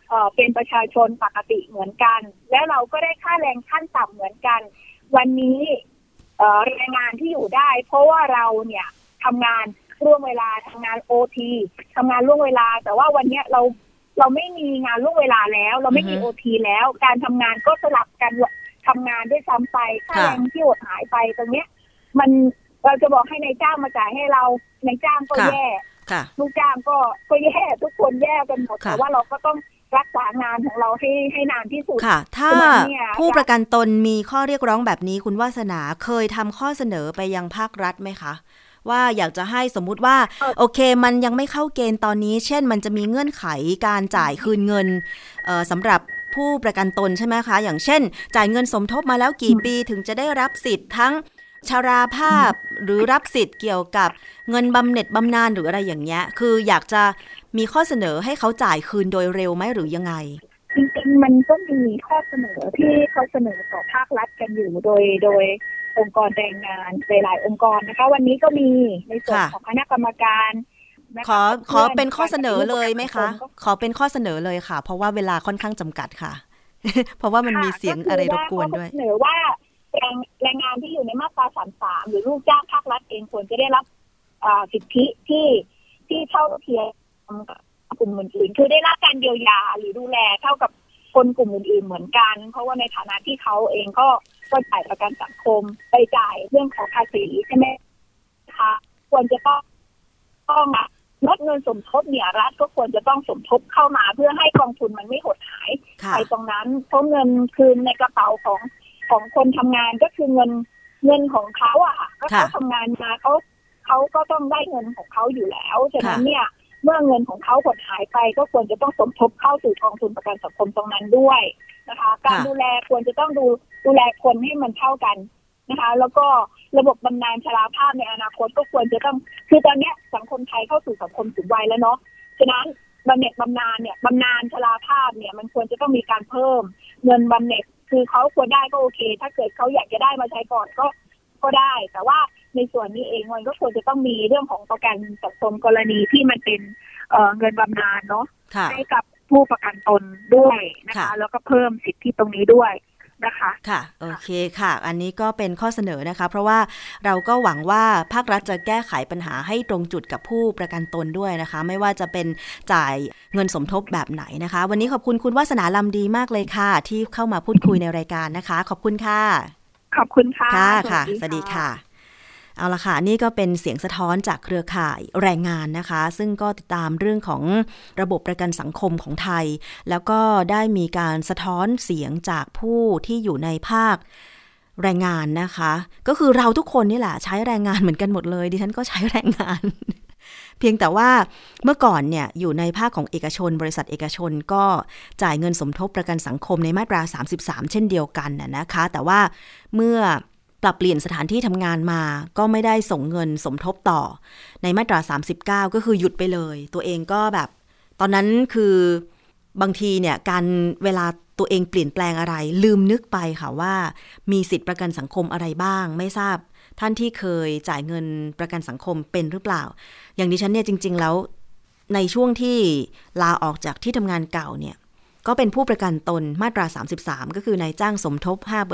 เป็นประชาชนปกติเหมือนกันแล้วเราก็ได้ค่าแรงขั้นต่ำเหมือนกันวันนี้แรงงานที่อยู่ได้เพราะว่าเราเนี่ยทำงานร่วมเวลาทำงาน OT ทำงานร่วมเวลาแต่ว่าวันนี้เราไม่มีงานร่วมเวลาแล้วเราไม่มี OT แล้วการทำงานก็สลับกันทำงานด้วยซ้ำไปค่าแรงที่หดหายไปตรงเนี้ยมันเราจะบอกให้นายจ้างมาจ่ายให้เรานายจ้างก็แย่ลูกจ้างก็แย่ทุกคนแย่กันหมดแต่ว่าเราก็ต้องรักษางานของเราให้นานที่สุดค่ะถ้าผู้ประกันตนมีข้อเรียกร้องแบบนี้คุณวาสนาเคยทำข้อเสนอไปยังภาครัฐไหมคะว่าอยากจะให้สมมุติว่าโอเคมันยังไม่เข้าเกณฑ์ตอนนี้เช่นมันจะมีเงื่อนไขการจ่ายคืนเงินสำหรับผู้ประกันตนใช่ไหมคะอย่างเช่นจ่ายเงินสมทบมาแล้วกี่ปีถึงจะได้รับสิทธิ์ทั้งชราภาพหรือรับสิทธิ์เกี่ยวกับเงินบำเหน็จบำนาญหรืออะไรอย่างเงี้ยคืออยากจะมีข้อเสนอให้เขาจ่ายคืนโดยเร็วไหมหรือยังไงจริงๆมันก็มีข้อเสนอที่เขาเสนอต่อภาครัฐกันอยู่โดยองค์กรแรงงานหลายองค์กรนะคะวันนี้ก็มีในส่วนของคณะกรรมการขอเป็นข้อเสนอเลยไหมคะขอเป็นข้อเสนอเลยค่ะเพราะว่าเวลาค่อนข้างจำกัดค่ะ เพราะว่ามันมีเสียงอะไรรบกวนด้วยเสนอว่าแรงงานที่อยู่ในมาตรา33หรือลูกจ้างภาครัฐเองควรจะได้รับสิทธิที่เท่าเทียมกับกลุ่มอื่นๆคือได้รับการเยียวยาหรือดูแลเท่ากับคนกลุ่มอื่นๆเหมือนกันเพราะว่าในฐานะที่เขาเองก็จ่ายประกันสังคมไปจ่ายเรื่องของภาษีใช่ไหมคะควรจะต้องลดเงินสมทบเนี่ยรัฐก็ควรจะต้องสมทบเข้ามาเพื่อให้กองทุนมันไม่หดหายไปตรงนั้นเพราะเงินคืนในกระเป๋าของคนทำงานก็คือเงินของเขาอะค่ะก็เขาทำงานมาเขาก็ต้องได้เงินของเขาอยู่แล้วฉะนั้นเนี่ยเมื่อเงินของเขาหดหายไปก็ควรจะต้องสมทบเข้าสู่กองทุนประกันสังคมตรงนั้นด้วยนะคะการดูแลควรจะต้องดูแลคนให้มันเท่ากันนะคะแล้วก็ระบบบำนาญชราภาพในอนาคตก็ควรจะต้องคือตอนนี้สังคมไทยเข้าสู่สังคมสูงวัยแล้วเนาะฉะนั้นบำเหน็จบำนาญเนี่ยบำนาญชราภาพเนี่ยมันควรจะต้องมีการเพิ่มเงินบำเหน็จคือเขาควรได้ก็โอเคถ้าเกิดเขาอยากจะได้มาใช้ก่อนก็ได้แต่ว่าในส่วนนี้เองมันก็ควรจะต้องมีเรื่องของประกันสังคมกรณีที่มันเป็นเงินบำนาญเนาะให้กับผู้ประกันตนด้วยนะคะแล้วก็เพิ่มสิทธิตรงนี้ด้วยนะคะค่ะโอเคค่ะอันนี้ก็เป็นข้อเสนอนะคะเพราะว่าเราก็หวังว่าภาครัฐจะแก้ไขปัญหาให้ตรงจุดกับผู้ประกันตนด้วยนะคะไม่ว่าจะเป็นจ่ายเงินสมทบแบบไหนนะคะวันนี้ขอบคุณคุณวาสนาลำดีมากเลยค่ะที่เข้ามาพูดคุยในรายการนะคะขอบคุณค่ะขอบคุณค่ะค่ะสวัสดีค่ะเอาละค่ะนี่ก็เป็นเสียงสะท้อนจากเครือข่ายแรงงานนะคะซึ่งก็ติดตามเรื่องของระบบประกันสังคมของไทยแล้วก็ได้มีการสะท้อนเสียงจากผู้ที่อยู่ในภาคแรงงานนะคะก็คือเราทุกคนนี่แหละใช้แรงงานเหมือนกันหมดเลยดิฉันก็ใช้แรงงาน เพียงแต่ว่าเมื่อก่อนเนี่ยอยู่ในภาคของเอกชนบริษัทเอกชนก็จ่ายเงินสมทบประกันสังคมในมาตรา33เช่นเดียวกันนะคะแต่ว่าเมื่อปรับเปลี่ยนสถานที่ทำงานมาก็ไม่ได้ส่งเงินสมทบต่อในมาตรา39ก็คือหยุดไปเลยตัวเองก็แบบตอนนั้นคือบางทีเนี่ยการเวลาตัวเองเปลี่ยนแปลงอะไรลืมนึกไปค่ะว่ามีสิทธิประกันสังคมอะไรบ้างไม่ทราบท่านที่เคยจ่ายเงินประกันสังคมเป็นหรือเปล่าอย่างดิฉันเนี่ยจริงๆแล้วในช่วงที่ลาออกจากที่ทำงานเก่าเนี่ยก็เป็นผู้ประกันตนมาตรา33ก็คือนายจ้างสมทบ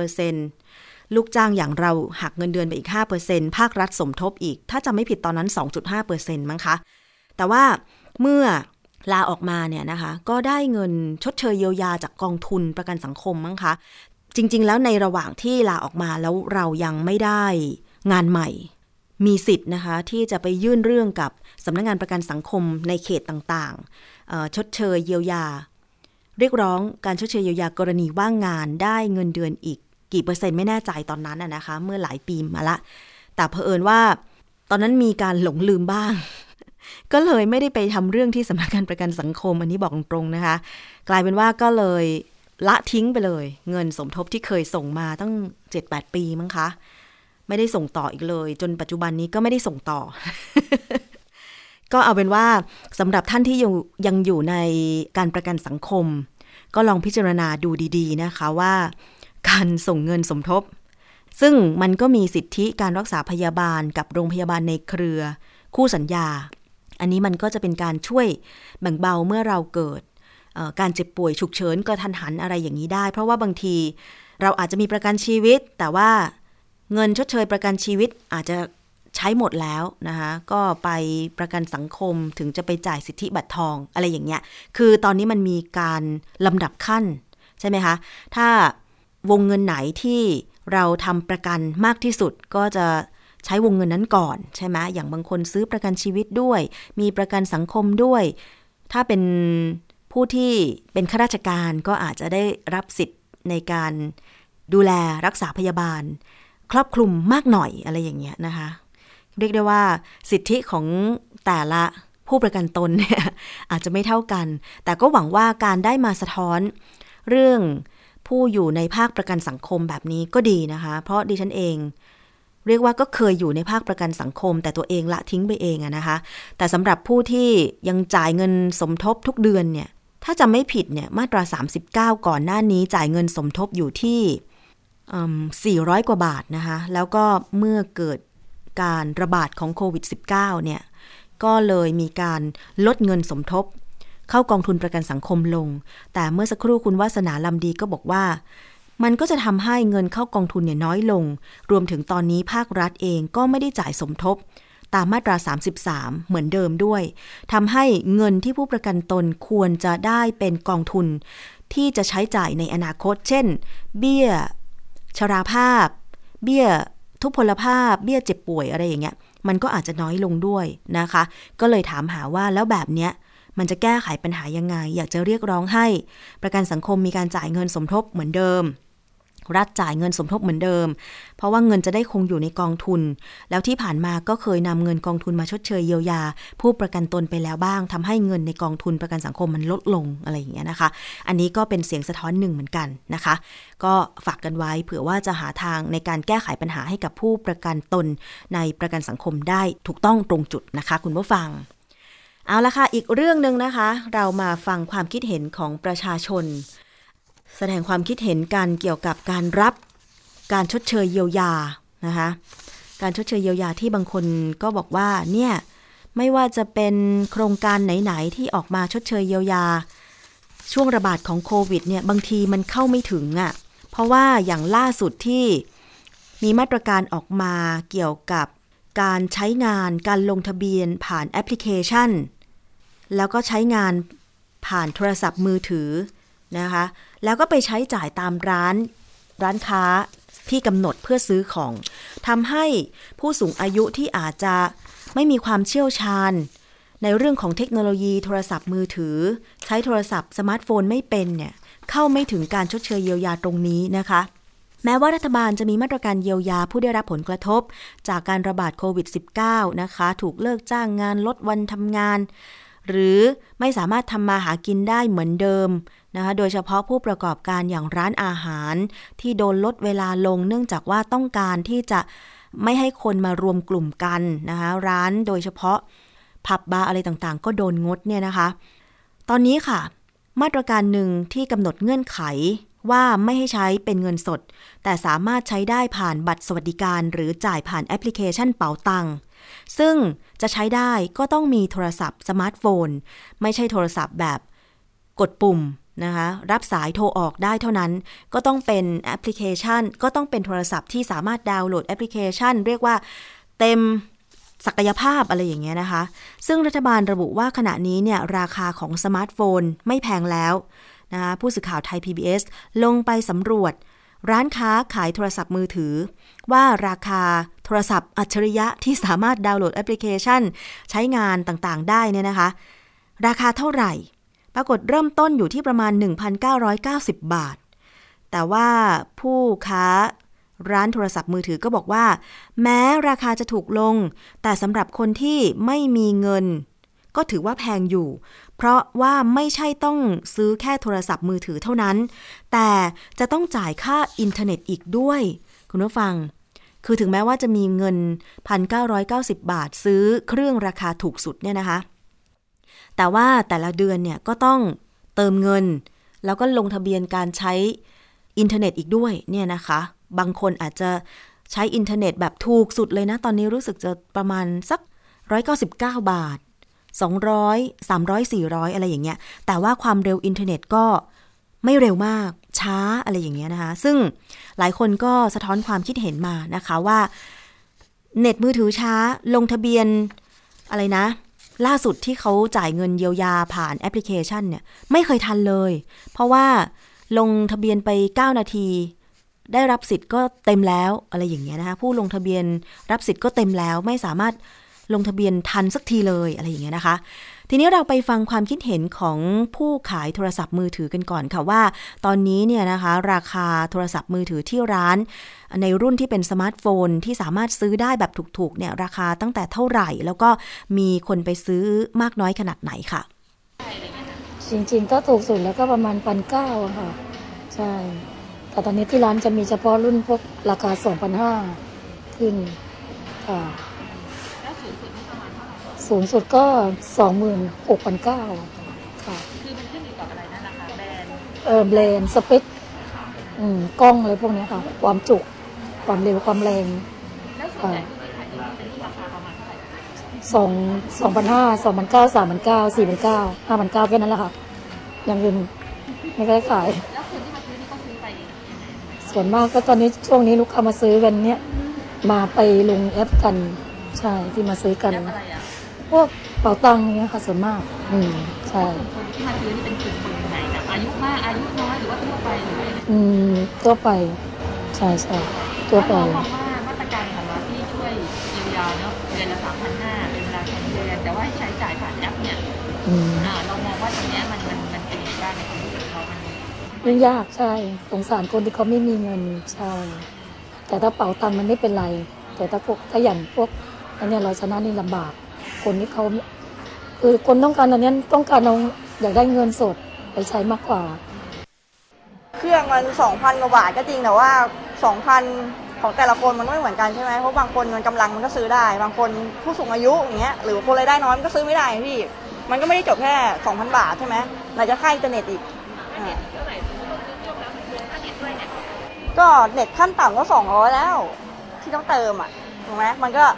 5%ลูกจ้างอย่างเราหักเงินเดือนไปอีก 5% ภาครัฐสมทบอีกถ้าจำไม่ผิดตอนนั้น 2.5% มั้งคะแต่ว่าเมื่อลาออกมาเนี่ยนะคะก็ได้เงินชดเชยเยียวยาจากกองทุนประกันสังคมมั้งคะจริงๆแล้วในระหว่างที่ลาออกมาแล้วเรายังไม่ได้งานใหม่มีสิทธิ์นะคะที่จะไปยื่นเรื่องกับสำนักงานประกันสังคมในเขตต่างๆชดเชยเยียวยาเรียกร้องการชดเชยเยียวยากรณีว่างงานได้เงินเดือนอีกกี่เปอร์เซ็นต์ไม่แน่ใจตอนนั้นนะคะเมื่อหลายปีมาละแต่เผอิญว่าตอนนั้นมีการหลงลืมบ้าง ก็เลยไม่ได้ไปทำเรื่องที่สำนักงานประกันสังคมอันนี้บอกตรงๆนะคะกลายเป็นว่าก็เลยละทิ้งไปเลยเงินสมทบที่เคยส่งมาตั้ง 7-8 ปีมั้งคะไม่ได้ส่งต่ออีกเลยจนปัจจุบันนี้ก็ไม่ได้ส่งต่อ ก็เอาเป็นว่าสำหรับท่านที่ยังอยู่ในการประกันสังคมก็ลองพิจารณาดูดีๆนะคะว่าการส่งเงินสมทบซึ่งมันก็มีสิทธิการรักษาพยาบาลกับโรงพยาบาลในเครือคู่สัญญาอันนี้มันก็จะเป็นการช่วยแบ่งเบาเมื่อเราเกิดการเจ็บป่วยฉุกเฉินกระทันหันอะไรอย่างนี้ได้เพราะว่าบางทีเราอาจจะมีประกันชีวิตแต่ว่าเงินชดเชยประกันชีวิตอาจจะใช้หมดแล้วนะคะก็ไปประกันสังคมถึงจะไปจ่ายสิทธิบัตรทองอะไรอย่างเงี้ยคือตอนนี้มันมีการลำดับขั้นใช่ไหมคะถ้าวงเงินไหนที่เราทำประกันมากที่สุดก็จะใช้วงเงินนั้นก่อนใช่ไหมอย่างบางคนซื้อประกันชีวิตด้วยมีประกันสังคมด้วยถ้าเป็นผู้ที่เป็นข้าราชการก็อาจจะได้รับสิทธิ์ในการดูแลรักษาพยาบาลครอบคลุมมากหน่อยอะไรอย่างเงี้ยนะคะเรียกได้ว่าสิทธิของแต่ละผู้ประกันตนเนี่ยอาจจะไม่เท่ากันแต่ก็หวังว่าการได้มาสะท้อนเรื่องผู้อยู่ในภาคประกันสังคมแบบนี้ก็ดีนะคะเพราะดิฉันเองเรียกว่าก็เคยอยู่ในภาคประกันสังคมแต่ตัวเองละทิ้งไปเองนะคะแต่สำหรับผู้ที่ยังจ่ายเงินสมทบทุกเดือนเนี่ยถ้าจำไม่ผิดเนี่ยมาตรา39ก่อนหน้านี้จ่ายเงินสมทบอยู่ที่400 กว่าบาทนะคะแล้วก็เมื่อเกิดการระบาดของโควิด -19 เนี่ยก็เลยมีการลดเงินสมทบเข้ากองทุนประกันสังคมลงแต่เมื่อสักครู่คุณวาสนาลำดีก็บอกว่ามันก็จะทำให้เงินเข้ากองทุนเนี่ยน้อยลงรวมถึงตอนนี้ภาครัฐเองก็ไม่ได้จ่ายสมทบตามมาตรา33เหมือนเดิมด้วยทำให้เงินที่ผู้ประกันตนควรจะได้เป็นกองทุนที่จะใช้จ่ายในอนาคตเช่นเบี้ยชราภาพเบี้ยทุพพลภาพเบี้ยเจ็บป่วยอะไรอย่างเงี้ยมันก็อาจจะน้อยลงด้วยนะคะก็เลยถามหาว่าแล้วแบบเนี้ยมันจะแก้ไขปัญหายังไงอยากจะเรียกร้องให้ประกันสังคมมีการจ่ายเงินสมทบเหมือนเดิมรัฐจ่ายเงินสมทบเหมือนเดิมเพราะว่าเงินจะได้คงอยู่ในกองทุนแล้วที่ผ่านมาก็เคยนำเงินกองทุนมาชดเชยเยียวยาผู้ประกันตนไปแล้วบ้างทำให้เงินในกองทุนประกันสังคมมันลดลงอะไรอย่างเงี้ยนะคะอันนี้ก็เป็นเสียงสะท้อนหนึ่งเหมือนกันนะคะก็ฝากกันไว้เผื่อว่าจะหาทางในการแก้ไขปัญหาให้กับผู้ประกันตนในประกันสังคมได้ถูกต้องตรงจุดนะคะคุณผู้ฟังเอาละค่ะอีกเรื่องนึงนะคะเรามาฟังความคิดเห็นของประชาชนแสดงความคิดเห็นกันเกี่ยวกับการรับการชดเชยเยียวยานะคะการชดเชยเยียวยาที่บางคนก็บอกว่าเนี่ยไม่ว่าจะเป็นโครงการไหนๆที่ออกมาชดเชยเยียวยาช่วงระบาดของโควิดเนี่ยบางทีมันเข้าไม่ถึงอ่ะเพราะว่าอย่างล่าสุดที่มีมาตรการออกมาเกี่ยวกับการใช้งานการลงทะเบียนผ่านแอปพลิเคชันแล้วก็ใช้งานผ่านโทรศัพท์มือถือนะคะแล้วก็ไปใช้จ่ายตามร้านค้าที่กำหนดเพื่อซื้อของทำให้ผู้สูงอายุที่อาจจะไม่มีความเชี่ยวชาญในเรื่องของเทคโนโลยีโทรศัพท์มือถือใช้โทรศัพท์สมาร์ทโฟนไม่เป็นเนี่ยเข้าไม่ถึงการชดเชยเยียวยาตรงนี้นะคะแม้ว่ารัฐบาลจะมีมาตรการเยียวยาผู้ได้รับผลกระทบจากการระบาดโควิด -19 นะคะถูกเลิกจ้างงานลดวันทำงานหรือไม่สามารถทำมาหากินได้เหมือนเดิมนะคะโดยเฉพาะผู้ประกอบการอย่างร้านอาหารที่โดนลดเวลาลงเนื่องจากว่าต้องการที่จะไม่ให้คนมารวมกลุ่มกันนะคะร้านโดยเฉพาะผับบาร์อะไรต่างๆก็โดนงดเนี่ยนะคะตอนนี้ค่ะมาตรการหนึ่งที่กำหนดเงื่อนไขว่าไม่ให้ใช้เป็นเงินสดแต่สามารถใช้ได้ผ่านบัตรสวัสดิการหรือจ่ายผ่านแอปพลิเคชันเป๋าตังซึ่งจะใช้ได้ก็ต้องมีโทรศัพท์สมาร์ทโฟนไม่ใช่โทรศัพท์แบบกดปุ่มนะคะรับสายโทรออกได้เท่านั้นก็ต้องเป็นแอปพลิเคชันก็ต้องเป็นโทรศัพท์ที่สามารถดาวน์โหลดแอปพลิเคชันเรียกว่าเต็มศักยภาพอะไรอย่างเงี้ยนะคะซึ่งรัฐบาลระบุว่าขณะนี้เนี่ยราคาของสมาร์ทโฟนไม่แพงแล้วนะคะผู้สื่อข่าวไทย PBS ลงไปสำรวจร้านค้าขายโทรศัพท์มือถือว่าราคาโทรศัพท์อัจฉริยะที่สามารถดาวน์โหลดแอปพลิเคชันใช้งานต่างๆได้เนี่ยนะคะราคาเท่าไหร่ปรากฏเริ่มต้นอยู่ที่ประมาณ 1,990 บาทแต่ว่าผู้ค้าร้านโทรศัพท์มือถือก็บอกว่าแม้ราคาจะถูกลงแต่สำหรับคนที่ไม่มีเงินก็ถือว่าแพงอยู่เพราะว่าไม่ใช่ต้องซื้อแค่โทรศัพท์มือถือเท่านั้นแต่จะต้องจ่ายค่าอินเทอร์เน็ตอีกด้วยคุณผู้ฟังคือถึงแม้ว่าจะมีเงิน 1,990 บาทซื้อเครื่องราคาถูกสุดเนี่ยนะคะแต่ว่าแต่ละเดือนเนี่ยก็ต้องเติมเงินแล้วก็ลงทะเบียนการใช้อินเทอร์เน็ตอีกด้วยเนี่ยนะคะบางคนอาจจะใช้อินเทอร์เน็ตแบบถูกสุดเลยนะตอนนี้รู้สึกจะประมาณสัก199 บาท 200 300 400อะไรอย่างเงี้ยแต่ว่าความเร็วอินเทอร์เน็ตก็ไม่เร็วมากช้าอะไรอย่างเงี้ยนะคะซึ่งหลายคนก็สะท้อนความคิดเห็นมานะคะว่าเน็ตมือถือช้าลงทะเบียนอะไรนะล่าสุดที่เขาจ่ายเงินเยียวยาผ่านแอปพลิเคชันเนี่ยไม่เคยทันเลยเพราะว่าลงทะเบียนไป9 นาทีได้รับสิทธิ์ก็เต็มแล้วอะไรอย่างเงี้ยนะคะผู้ลงทะเบียนรับสิทธิ์ก็เต็มแล้วไม่สามารถลงทะเบียนทันสักทีเลยอะไรอย่างเงี้ยนะคะทีนี้เราไปฟังความคิดเห็นของผู้ขายโทรศัพท์มือถือกันก่อนค่ะว่าตอนนี้เนี่ยนะคะราคาโทรศัพท์มือถือที่ร้านในรุ่นที่เป็นสมาร์ทโฟนที่สามารถซื้อได้แบบถูกๆเนี่ยราคาตั้งแต่เท่าไหร่แล้วก็มีคนไปซื้อมากน้อยขนาดไหนค่ะจริงๆก็ถูกสุดแล้วก็ประมาณ1,900ค่ะใช่แต่ตอนนี้ที่ร้านจะมีเฉพาะรุ่นพวกราคา 2,500 ขึ้นค่ะสูงสุดก็ 26,900 ค่ะคือมันขึ้นอยู่กับอะไรนะราคาแบรนด์แบรนด์สเปคกล้องอะไรพวกนี้ค่ะความจุความเร็วความแรงค่ะ2,500 2,900 3,900 4,900 5,900แค่นั้นแหละค่ะอย่างอื่นไม่ได้ขายแล้วคนที่มาซื้อนี่ก็ซื้อไปส่วนมากก็ตอนนี้ช่วงนี้ลูกค้ามาซื้อกันเนี่ยมาไปลงแอปกันใช่ที่มาซื้อกันพวกเป๋าตังค์เนี้ยค่ะส่วนมากใช่คนที่มาซื้อนี่เป็นกลุ่มคนไหนแบบอายุมากอายุน้อยหรือว่าทั่วไปหรืออะไรทั่วไปใช่ใช่ทั่วไปมองว่ามาตรการของรัฐที่ช่วยเยียวยาเนาะเดือนละ 3,500 เป็นเวลา2 เดือนแต่ว่าใช้จ่ายผ่านแอปเนี่ยเรามองว่าตรงนี้มันเป็นยังไงบ้างในความรู้สึกเขามันยากใช่สงสารคนที่เขาไม่มีเงินใช่แต่ถ้าเป๋าตังค์มันไม่เป็นไรแต่ถ้าอย่างพวกอันนี้เราชนะนี่ลำบากคนที่เขาคือคนต้องการอันนี้ต้องการเราอยากได้เงินสดไปใช้มากกว่าเครื่องมัน 2,000 กว่าบาทก็จริงแต่ว่า 2,000 ของแต่ละคนมันไม่เหมือนกันใช่ไหมเพราะบางคนเงินกำลังมันก็ซื้อได้บางคนผู้สูงอายุอย่างเงี้ยหรือคนรายได้น้อยมันก็ซื้อไม่ได้พี่มันก็ไม่ได้จบแค่ 2,000 บาทใช่ไหมไหนจะค่าอินเทอร์เน็ตอีกก็เน็ตขั้นต่ำก็200แล้วที่ต้องเติมอ่ะถูกไหมมันก็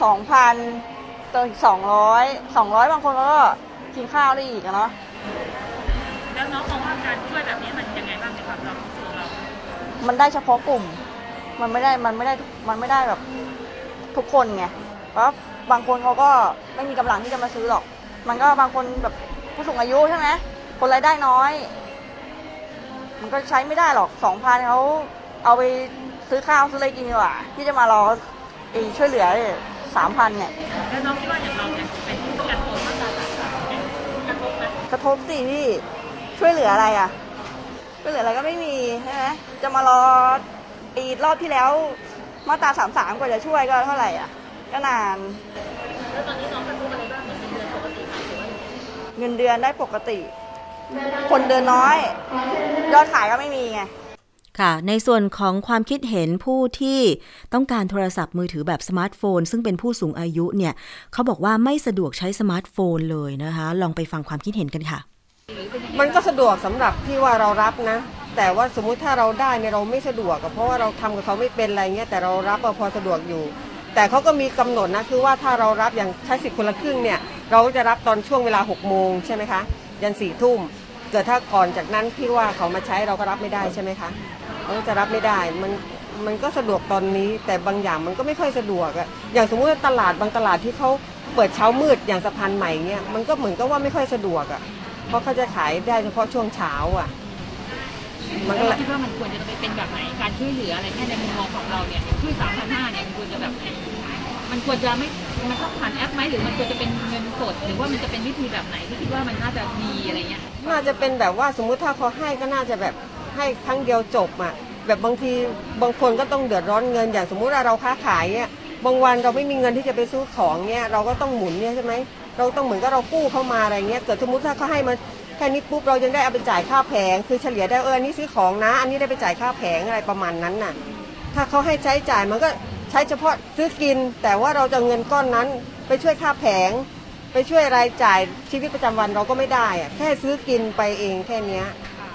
2,000 เติม200บางคนก็กินข้าวได้อีกเนาะแล้วน้องมองว่าการช่วยแบบนี้มันยังไงบ้างในความเรามันได้เฉพาะกลุ่มมันไม่ได้แบบทุกคนไงเพราะบางคนเขาก็ไม่มีกำลังที่จะมาซื้อหรอกมันก็บางคนแบบผู้สูงอายุใช่ไหมคนรายได้น้อยมันก็ใช้ไม่ได้หรอก 2,000 เขาเอาไปซื้อข้าวซื้ออะไรกินดีกว่าที่จะมารอช่วยเหลือ 3,000 เนี่ยแล้วน้องคิดว่าอย่างเราเนี่ยเป็นผู้ประกันตนมาตรา3กระทบไหมกระทบสิพี่ช่วยเหลืออะไรอ่ะช่วยเหลืออะไรก็ไม่มีใช่ไหมจะมารอรอบที่แล้วมาตรา33กว่าจะช่วยก็เท่าไหร่อ่ะก็นานแล้วตอนนี้น้องกระทบอะไรบ้างเหมือนเงินเดือนปกติไหมหรือว่าเงินเดือนได้ปกติคนเดือนน้อยยอดขายก็ไม่มีไงค่ะในส่วนของความคิดเห็นผู้ที่ต้องการโทรศัพท์มือถือแบบสมาร์ทโฟนซึ่งเป็นผู้สูงอายุเนี่ยเขาบอกว่าไม่สะดวกใช้สมาร์ทโฟนเลยนะคะลองไปฟังความคิดเห็นกันค่ะมันก็สะดวกสำหรับที่ว่าเรารับนะแต่ว่าสมมุติถ้าเราได้เนี่ยเราไม่สะดวกเพราะว่าเราทำกับเขาไม่เป็นอะไรเงี้ยแต่เรารับพอสะดวกอยู่แต่เขาก็มีกำหนดนะคือว่าถ้าเรารับอย่างใช้สิทธิ์คนละครึ่งเนี่ยเราจะรับตอนช่วงเวลา 6 โมงใช่ไหมคะยัน 4 ทุ่มเกิดถ้าก่อนจากนั้นที่ว่าเขามาใช้เราก็รับไม่ได้ใช่ไหมคะเราจะรับไม่ได้มันก็สะดวกตอนนี้แต่บางอย่างมันก็ไม่ค่อยสะดวกอะอย่างสมมุติตลาดบางตลาดที่เขาเปิดเช้ามืดอย่างสะพานใหม่เนี่ยมันก็เหมือนกับว่าไม่ค่อยสะดวกอะเพราะเขาจะขายได้เฉพาะช่วงเช้าอ่ะมันก็คิดว่ามันควรจะเป็นแบบไหนการช่วยเหลืออะไรแค่ในมุมมองของเราเนี่ยช่วย 3,500 เนี่ยมันควรจะแบบมันควรจะไม่มันต้องผ่านแอปไหมหรือมันควรจะเป็นเงินสดหรือว่ามันจะเป็นวิธีแบบไหนที่คิดว่ามันน่าจะดีอะไรเงี้ยน่าจะเป็นแบบว่าสมมุติถ้าเขาให้ก็น่าจะแบบให้ครั้งเดียวจบอ่ะแบบบางทีบางคนก็ต้องเดือดร้อนเงินอย่างสมมุติว่าเราค้าขายเนี่ยบางวันเราไม่มีเงินที่จะไปซื้อของเนี่ยเราก็ต้องหมุนเนี่ยใช่ไหมเราต้องเหมือนกับเรากู้เข้ามาอะไรเงี้ยเกิดสมมุติถ้าเขาให้มาแค่นี้ปุ๊บเรายังได้เอาไปจ่ายค่าแผงคือเฉลี่ยได้อันนี้ซื้อของนะอันนี้ได้ไปจ่ายค่าแผงอะไรประมาณนั้นน่ะถ้าเขาให้ใช้จ่ายมันก็ใช้เฉพาะซื้อกินแต่ว่าเราจะเงินก้อนนั้นไปช่วยค่าแผงไปช่วยรายจ่ายชีวิตประจำวันเราก็ไม่ได้อะแค่ซื้อกินไปเองแค่นี้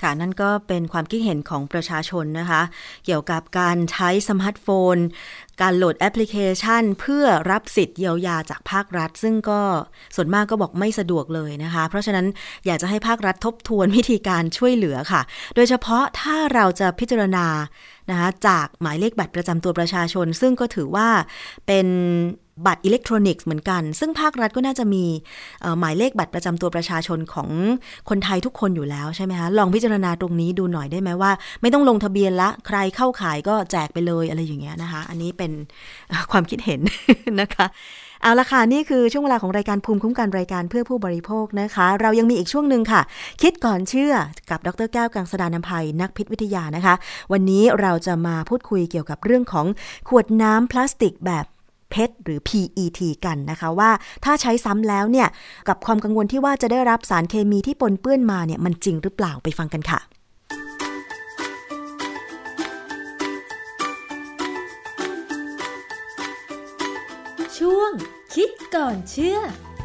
ค่ะนั่นก็เป็นความคิดเห็นของประชาชนนะคะเกี่ยวกับการใช้สมาร์ทโฟนการโหลดแอปพลิเคชันเพื่อรับสิทธิ์เยียวยาจากภาครัฐซึ่งก็ส่วนมากก็บอกไม่สะดวกเลยนะคะเพราะฉะนั้นอยากจะให้ภาครัฐทบทวนวิธีการช่วยเหลือค่ะโดยเฉพาะถ้าเราจะพิจารณานะคะจากหมายเลขบัตรประจำตัวประชาชนซึ่งก็ถือว่าเป็นบัตรอิเล็กทรอนิกส์เหมือนกันซึ่งภาครัฐก็น่าจะมีหมายเลขบัตรประจำตัวประชาชนของคนไทยทุกคนอยู่แล้วใช่ไหมคะลองพิจารณาตรงนี้ดูหน่อยได้ไหมว่าไม่ต้องลงทะเบียนละใครเข้าขายก็แจกไปเลยอะไรอย่างเงี้ยนะคะอันนี้เป็นความคิดเห็น นะคะเอาละค่ะนี่คือช่วงเวลาของรายการภูมิคุ้มกันรายการเพื่อผู้บริโภคนะคะเรายังมีอีกช่วงนึงค่ะคิดก่อนเชื่อกับดร.แก้วกังสดาลอำไพนักพิษวิทยานะคะวันนี้เราจะมาพูดคุยเกี่ยวกับเรื่องของขวดน้ำพลาสติกแบบPET หรือ PET กันนะคะว่าถ้าใช้ซ้ำแล้วเนี่ยกับความกังวลที่ว่าจะได้รับสารเคมีที่ปนเปื้อนมาเนี่ยมันจริงหรือเปล่าไปฟังกันค่ะช่วงคิดก่อนเชื่อ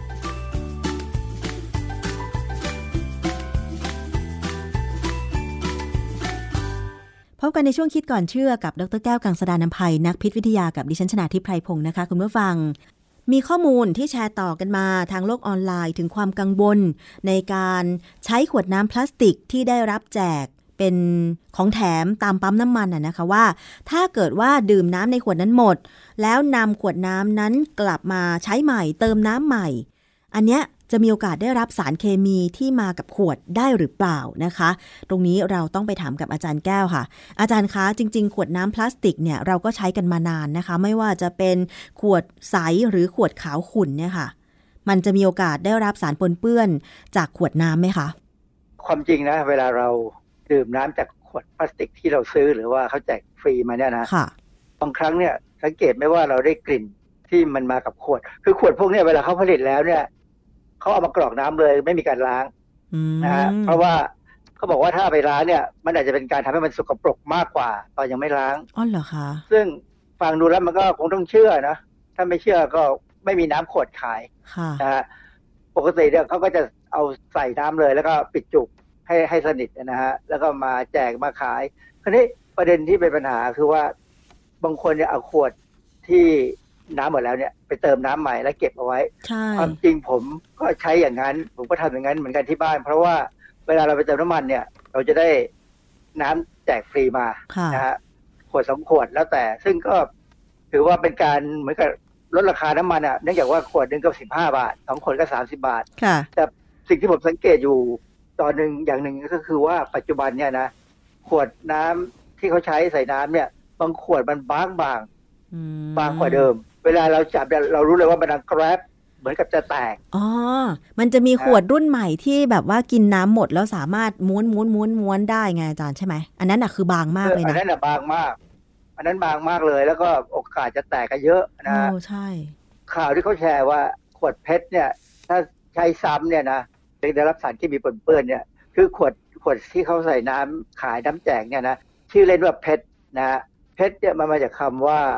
พบกันในช่วงคิดก่อนเชื่อกับดร.แก้วกังสดาลอำไพนักพิษวิทยากับดิฉันชนาธิปไพรพงศ์นะคะคุณผู้ฟังมีข้อมูลที่แชร์ต่อกันมาทางโลกออนไลน์ถึงความกังวลในการใช้ขวดน้ำพลาสติกที่ได้รับแจกเป็นของแถมตามปั๊มน้ำมันนะคะว่าถ้าเกิดว่าดื่มน้ำในขวดนั้นหมดแล้วนำขวดน้ำนั้นกลับมาใช้ใหม่เติมน้ำใหม่อันเนี้ยจะมีโอกาสได้รับสารเคมีที่มากับขวดได้หรือเปล่านะคะตรงนี้เราต้องไปถามกับอาจารย์แก้วค่ะอาจารย์คะจริงๆขวดน้ำพลาสติกเนี่ยเราก็ใช้กันมานานนะคะไม่ว่าจะเป็นขวดใสหรือขวดขาวขุ่นเนี่ยค่ะมันจะมีโอกาสได้รับสารปนเปื้อนจากขวดน้ำไหมคะความจริงนะเวลาเราดื่มน้ำจากขวดพลาสติกที่เราซื้อหรือว่าเขาแจกฟรีมาเนี่ยนะบางครั้งเนี่ยสังเกตไหมว่าเราได้กลิ่นที่มันมากับขวดคือขวดพวกนี้เวลาเขาผลิตแล้วเนี่ยเขาเอามากรอกน้ำเลยไม่มีการล้างนะฮะเพราะว่าเขาบอกว่าถ้าไปล้างเนี่ยมันอาจจะเป็นการทำให้มันสกปรกมากกว่าตอนยังไม่ล้างอ๋อเหรอคะซึ่งฟังดูแล้วมันก็คงต้องเชื่อนะถ้าไม่เชื่อก็ไม่มีน้ำขวดขายนะฮะปกติเนี่ยเขาก็จะเอาใส่น้ำเลยแล้วก็ปิดจุกให้สนิทนะฮะแล้วก็มาแจกมาขายคราวนี้ประเด็นที่เป็นปัญหาคือว่าบางคนเนี่ยเอาขวดที่น้ำหมดแล้วเนี่ยไปเติมน้ำใหม่แล้วเก็บเอาไว้ความจริงผมก็ใช้อย่างนั้นผมก็ทำอย่างนั้นเหมือนกันที่บ้านเพราะว่าเวลาเราไปเติมน้ำมันเนี่ยเราจะได้น้ำแจกฟรีมานะฮะขวด2ขวดแล้วแต่ซึ่งก็ถือว่าเป็นการเหมือนกับลดราคาน้ำมันอ่ะเนื่องจากว่าขวดนึงก็15 บาท2ขวดก็30 บาทแต่สิ่งที่ผมสังเกตอยู่ตอนหนึ่งอย่างหนึ่งก็คือว่าปัจจุบันเนี่ยนะขวดน้ำที่เขาใช้ใส่น้ำเนี่ยบางขวดมันบางกว่าเดิมเวลาเราจับเรารู้เลยว่ามันดังแกรบเหมือนกับจะแตกอ๋อมันจะมีขวดรุ่นใหม่ที่แบบว่ากินน้ำหมดแล้วสามารถม้วนได้ไงอาจารย์ใช่ไหมอันนั้นอ่ะคือบางมากเลยนะอันนั้นอ่ะบางมากอันนั้นบางมากเลยแล้วก็โอกาสจะแตกกันเยอะนะโอ้ใช่ข่าวที่เขาแชร์ว่าขวดเพชรเนี่ยถ้าใช้ซ้ำเนี่ยนะได้รับสารเคมีปนเปื้อนเนี่ยคือขวดที่เขาใส่น้ำขายน้ำแจกเนี่ยนะชื่อเล่นว่าเพชรนะเพชรเนี่ยมาจากคำว่า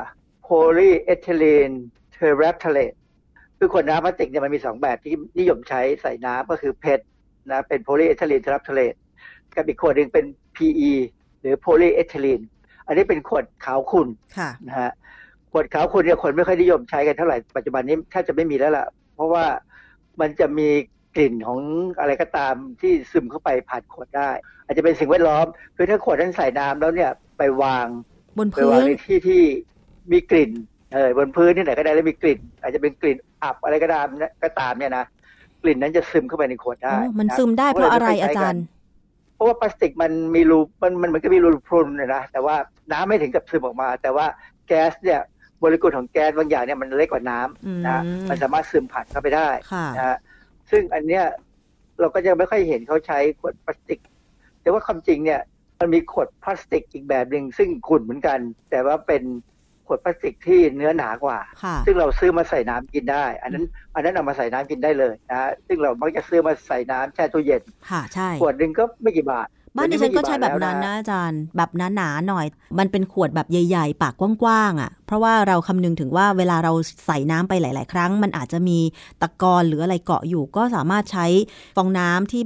polyethylene terephthalate คือขวดน้ำพลาสติกเนี่ยมันมี2แบบที่นิยมใช้ใส่น้ำก็คือเพชรนะเป็น polyethylene terephthalate กับอีกขวดนึงเป็น PE หรือ polyethylene อันนี้เป็นขวดขาวขุ่นนะฮะขวดขาวขุ่นเนี่ยคนไม่ค่อยนิยมใช้กันเท่าไหร่ปัจจุบันนี้แทบจะไม่มีแล้วล่ะเพราะว่ามันจะมีกลิ่นของอะไรก็ตามที่ซึมเข้าไปผ่านขวดได้อาจจะเป็นสิ่งแวดล้อมคือถ้าขวดนั้นใส่น้ำแล้วเนี่ยไปวางบนพื้นในที่มีกลิ่นบนพื้นที่ไหนก็ได้แล้วมีกลิ่นอาจจะเป็นกลิ่นอับอะไรก็ตามเนี่ยนะกลิ่นนั้นจะซึมเข้าไปในขวดได้มันซึมได้เพราะอะไรอาจารย์เพราะว่าพลาสติกมันมีรูมันก็มีรูพรุนนะแต่ว่าน้ำไม่ถึงกับซึมออกมาแต่ว่าแก๊สเนี่ยโมเลกุลของแก๊สบางอย่างเนี่ยมันเล็กกว่าน้ำนะมันสามารถซึมผ่านเข้าไปได้นะฮะซึ่งอันเนี้ยเราก็ยังไม่ค่อยเห็นเขาใช้ขวดพลาสติกแต่ว่าความจริงเนี่ยมันมีขวดพลาสติกอีกแบบนึงซึ่งขุ่นเหมือนกันแต่ว่าเป็นขวดพลาสติกที่เนื้อหนากว่าซึ่งเราซื้อมาใส่น้ำกินได้อันนั้นเอามาใส่น้ำกินได้เลยนะซึ่งเรามักจะซื้อมาใส่น้ำแช่ตู้เย็นค่ะใช่ขวดนึงก็ไม่กี่บาทบ้านดิฉันก็ใช้แบบนั้นนะอาจารย์แบบหนาๆหน่อยมันเป็นขวดแบบใหญ่ๆปากกว้างๆอ่ะเพราะว่าเราคำนึงถึงว่าเวลาเราใส่น้ำไปหลายๆครั้งมันอาจจะมีตะกอนหรืออะไรเกาะอยู่ก็สามารถใช้ฟองน้ำที่แบบ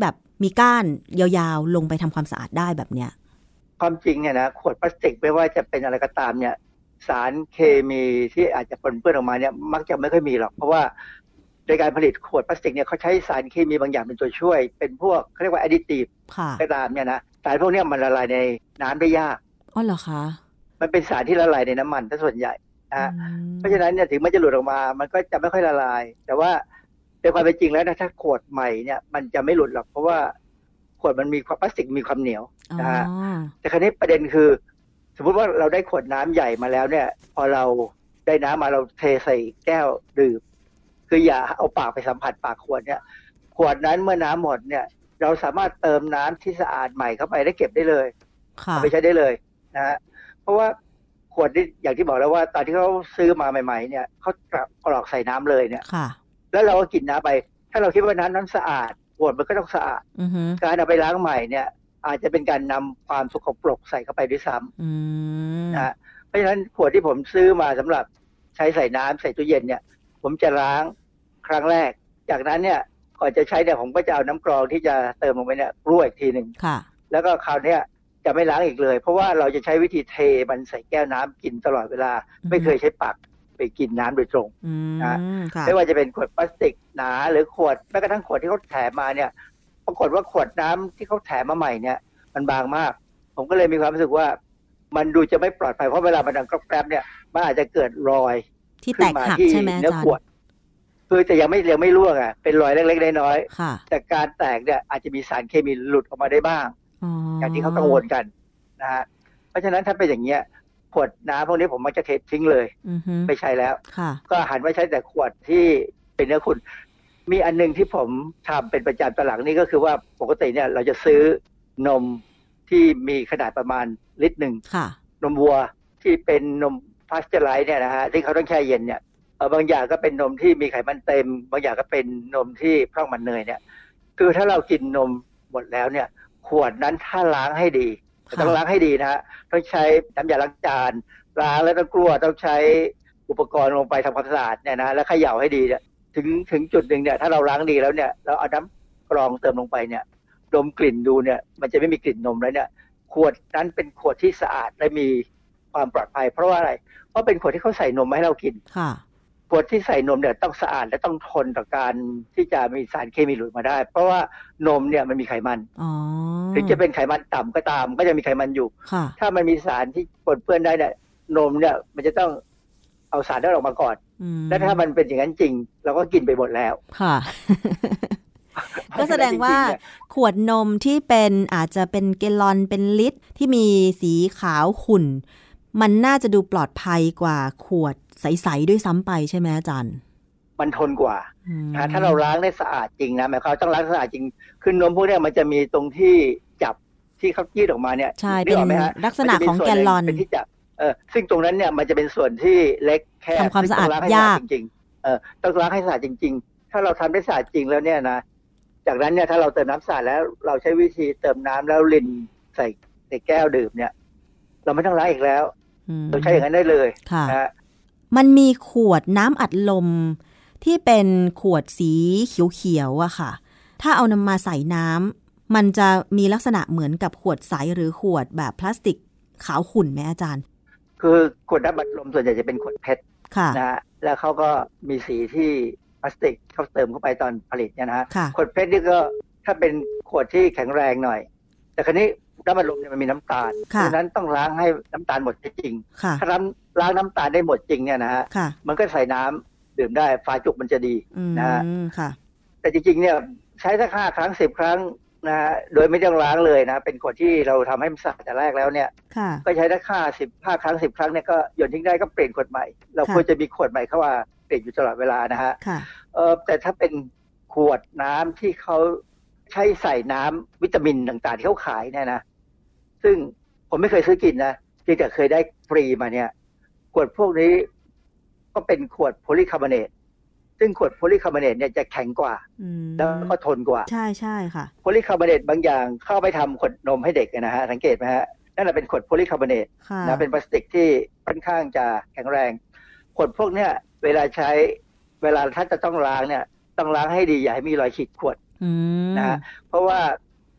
มีก้านยาวๆลงไปทำความสะอาดได้แบบเนี้ยความจริงเนี่ยนะขวดพลาสติกไม่ว่าจะเป็นอะไรก็ตามเนี่ยสารเคมีที่อาจจะปนเปื้อนออกมาเนี่ยมักจะไม่ค่อยมีหรอกเพราะว่าในการผลิตขวดพลาสติกเนี่ยเขาใช้สารเคมีบางอย่างเป็นตัวช่วยเป็นพวกเขาเรียกว่าแอดดิทีฟก็ตามเนี่ยนะสารพวกนี้มันละลายในน้ำได้ยากอ๋อเหรอคะมันเป็นสารที่ละลายในน้ำมันถ้าส่วนใหญ่นะเพราะฉะนั้นเนี่ยถึงมันจะหลุดออกมามันก็จะไม่ค่อยละลายแต่ว่าในความเป็นจริงแล้วนะถ้าขวดใหม่เนี่ยมันจะไม่หลุดหรอกเพราะว่าขวดมันมีความพลาสติกมีความเหนียวนะฮะแต่คราวนี้ประเด็นคือสมมติว่าเราได้ขวดน้ำใหญ่มาแล้วเนี่ยพอเราได้น้ำมาเราเทใส่แก้วดื่มคืออย่าเอาปากไปสัมผัสปากขวดเนี่ยขวดนั้นเมื่อน้ำหมดเนี่ยเราสามารถเติมน้ำที่สะอาดใหม่เข้าไปได้เก็บได้เลยเอาไปใช้ได้เลยนะฮะเพราะว่าขวดนี่อย่างที่บอกแล้วว่าตอนที่เขาซื้อมาใหม่ๆเนี่ยเขากรอกใส่น้ำเลยเนี่ยแล้วเราก็กินน้ำไปถ้าเราคิดว่าน้ำนั้นสะอาดขวดมันก็ต้องสะอาดการเอาไปล้างใหม่เนี่ยอาจจะเป็นการนำความสกปรกใส่เข้าไปด้วยซ้ำนะเพราะฉะนั้นขวดที่ผมซื้อมาสำหรับใช้ใส่น้ำใส่ตู้เย็นเนี่ยผมจะล้างครั้งแรกจากนั้นเนี่ยก่อนจะใช้เนี่ยผมก็จะเอาน้ำกรองที่จะเติมลงไปเนี่ยกล้วยอีกทีหนึ่งแล้วก็คราวนี้จะไม่ล้างอีกเลยเพราะว่าเราจะใช้วิธีเทมันใส่แก้วน้ำกินตลอดเวลาไม่เคยใช้ปากไปกินน้ำโดยตรงนะไม่ว่าจะเป็นขวดพลาสติกหนาหรือขวดแม้กระทั่งขวดที่เขาแถมมาเนี่ยปรากฏว่าขวดน้ำที่เขาแถมมาใหม่เนี่ยมันบางมากผมก็เลยมีความรู้สึกว่ามันดูจะไม่ปลอดภัยเพราะเวลามันดังกรอบแกรบเนี่ยมันอาจจะเกิดรอยที่แตกหักใช่ไหมอาจารย์คือแต่ยังไม่รั่วอ่ะเป็นรอยเล็กๆน้อยๆแต่การแตกเนี่ยอาจจะมีสารเคมีหลุดออกมาได้บ้างอย่างที่เขากังวลกันนะฮะเพราะฉะนั้นถ้าเป็นอย่างเงี้ยขวดน้ำพวกนี้ผมมักจะเททิ้งเลยไม่ใช้แล้วก็หันมาใช้แต่ขวดที่เป็นเนื้อขุ่นมีอันนึงที่ผมทำเป็นประจำตอนหลังนี่ก็คือว่าปกติเนี่ยเราจะซื้อนมที่มีขนาดประมาณลิตรหนึ่งนมวัวที่เป็นนมพาสเจอร์ไลซ์เนี่ยนะฮะที่เขาต้องแช่เย็นเนี่ยบางอย่างก็เป็นนมที่มีไขมันเต็มบางอย่างก็เป็นนมที่พร่องมันเนยเนี่ยคือถ้าเรากินนมหมดแล้วเนี่ยขวดนั้นถ้าล้างให้ดีต้องล้างให้ดีนะฮะต้องใช้น้ำยาล้างจานล้างแล้วต้องกลัวต้องใช้อุปกรณ์ลงไปทำความสะอาดเนี่ยนะแล้วเขย่าให้ดีเนี่ยถึงจุดหนึ่งเนี่ยถ้าเราล้างดีแล้วเนี่ยเราเอาน้ำกรองเติมลงไปเนี่ยดมกลิ่นดูเนี่ยมันจะไม่มีกลิ่นนมแล้วเนี่ยขวดนั้นเป็นขวดที่สะอาดและมีความปลอดภัยเพราะว่าอะไรเพราะเป็นขวดที่เขาใส่นมมาให้เรากินขวดที่ใส่นมเนี่ยต้องสะอาดและต้องทนต่อการที่จะมีสารเคมีหลุดมาได้เพราะว่านมเนี่ยมันมีไขมันถึงจะเป็นไขมันต่ำก็ตามก็จะมีไขมันอยู่ถ้ามันมีสารที่ปนเปื้อนได้เนี่ยนมเนี่ยมันจะต้องเอาสารนั้นออกมาก่อนและถ้ามันเป็นอย่างนั้นจริงเราก็กินไปหมดแล้วค่ะ ก็แสดงว่าขวดนมที่เป็นอาจจะเป็นแกลลอนเป็นลิตรที่มีสีขาวขุ่นมันน่าจะดูปลอดภัยกว่าขวดใสๆด้วยซ้ำไปใช่ไหมอาจารย์มันทนกว่าถ้าเราล้างได้สะอาดจริงนะหมายความต้องล้างสะอาดจริงคือนมพวกนี้มันจะมีตรงที่จับที่เขายืดออกมาเนี่ยใช่เป็นลักษณะของแกลลอนเป็นที่จับซึ่งตรงนั้นเนี่ยมันจะเป็นส่วนที่เล็กแค่ทำความสะอาดยากจริงๆต้องล้างให้สะอาดจริงๆถ้าเราทำได้สะอาดจริงแล้วเนี่ยนะจากนั้นเนี่ยถ้าเราเติมน้ำสะอาดแล้วเราใช้วิธีเติมน้ำแล้วรินใส่ในแก้วดื่มเนี่ยเราไม่ต้องล้างอีกแล้วเราใช้อย่างนั้นได้เลยนะมันมีขวดน้ำอัดลมที่เป็นขวดสีเขียวๆอะค่ะถ้าเอานำมาใส่น้ำมันจะมีลักษณะเหมือนกับขวดใสหรือขวดแบบพลาสติกขาวขุ่นไหมอาจารย์คือขวดน้ำอัดลมส่วนใหญ่จะเป็นขวดเพชรนะแล้วเขาก็มีสีที่พลาสติกเขาเติมเข้าไปตอนผลิตเนี่ยนะฮะขวดเพชรนี่ก็ถ้าเป็นขวดที่แข็งแรงหน่อยแต่คราวนี้น้ำอัดลมเนี่ยมันมีน้ำตาลดังนั้นต้องล้างให้น้ำตาลหมดจริงถ้าล้างน้ำตาลได้หมดจริงเนี่ยนะฮะมันก็ใส่น้ำดื่มได้ฝาจุกมันจะดีนะฮะแต่จริงๆเนี่ยใช้สัก5 ครั้ง 10 ครั้งนะฮะโดยไม่ต้องล้างเลยนะเป็นขวดที่เราทำให้มันสะอาดแต่แรกแล้วเนี่ยก็ใช้ได้5 ครั้ง 10 ครั้งเนี่ยก็โยนทิ้งได้ก็เปลี่ยนขวดใหม่เราควรจะมีขวดใหม่เข้ามาเปลี่ยนอยู่ตลอดเวลานะฮะแต่ถ้าเป็นขวดน้ำที่เขาใช้ใส่น้ำวิตามินต่างๆที่เขาขายเนี่ยนะซึ่งผมไม่เคยซื้อกินนะเพียงแต่เคยได้ฟรีมาเนี่ยขวดพวกนี้ก็เป็นขวดโพลีคาร์บอเนตซึ่งขวดโพลีคาร์บอเนตเนี่ยจะแข็งกว่าแล้วก็ทนกว่าใช่ใช่ค่ะโพลีคาร์บอเนตบางอย่างเข้าไปทำขวดนมให้เด็กนะฮะสังเกตไหมฮะนั่นแหละเป็นขวดโพลีคาร์บอเนตนะเป็นพลาสติกที่ค่อนข้างจะแข็งแรงขวดพวกเนี้ยเวลาถ้าจะต้องล้างเนี่ยต้องล้างให้ดีอย่าให้มีรอยขีดข่วนนะฮะเพราะว่า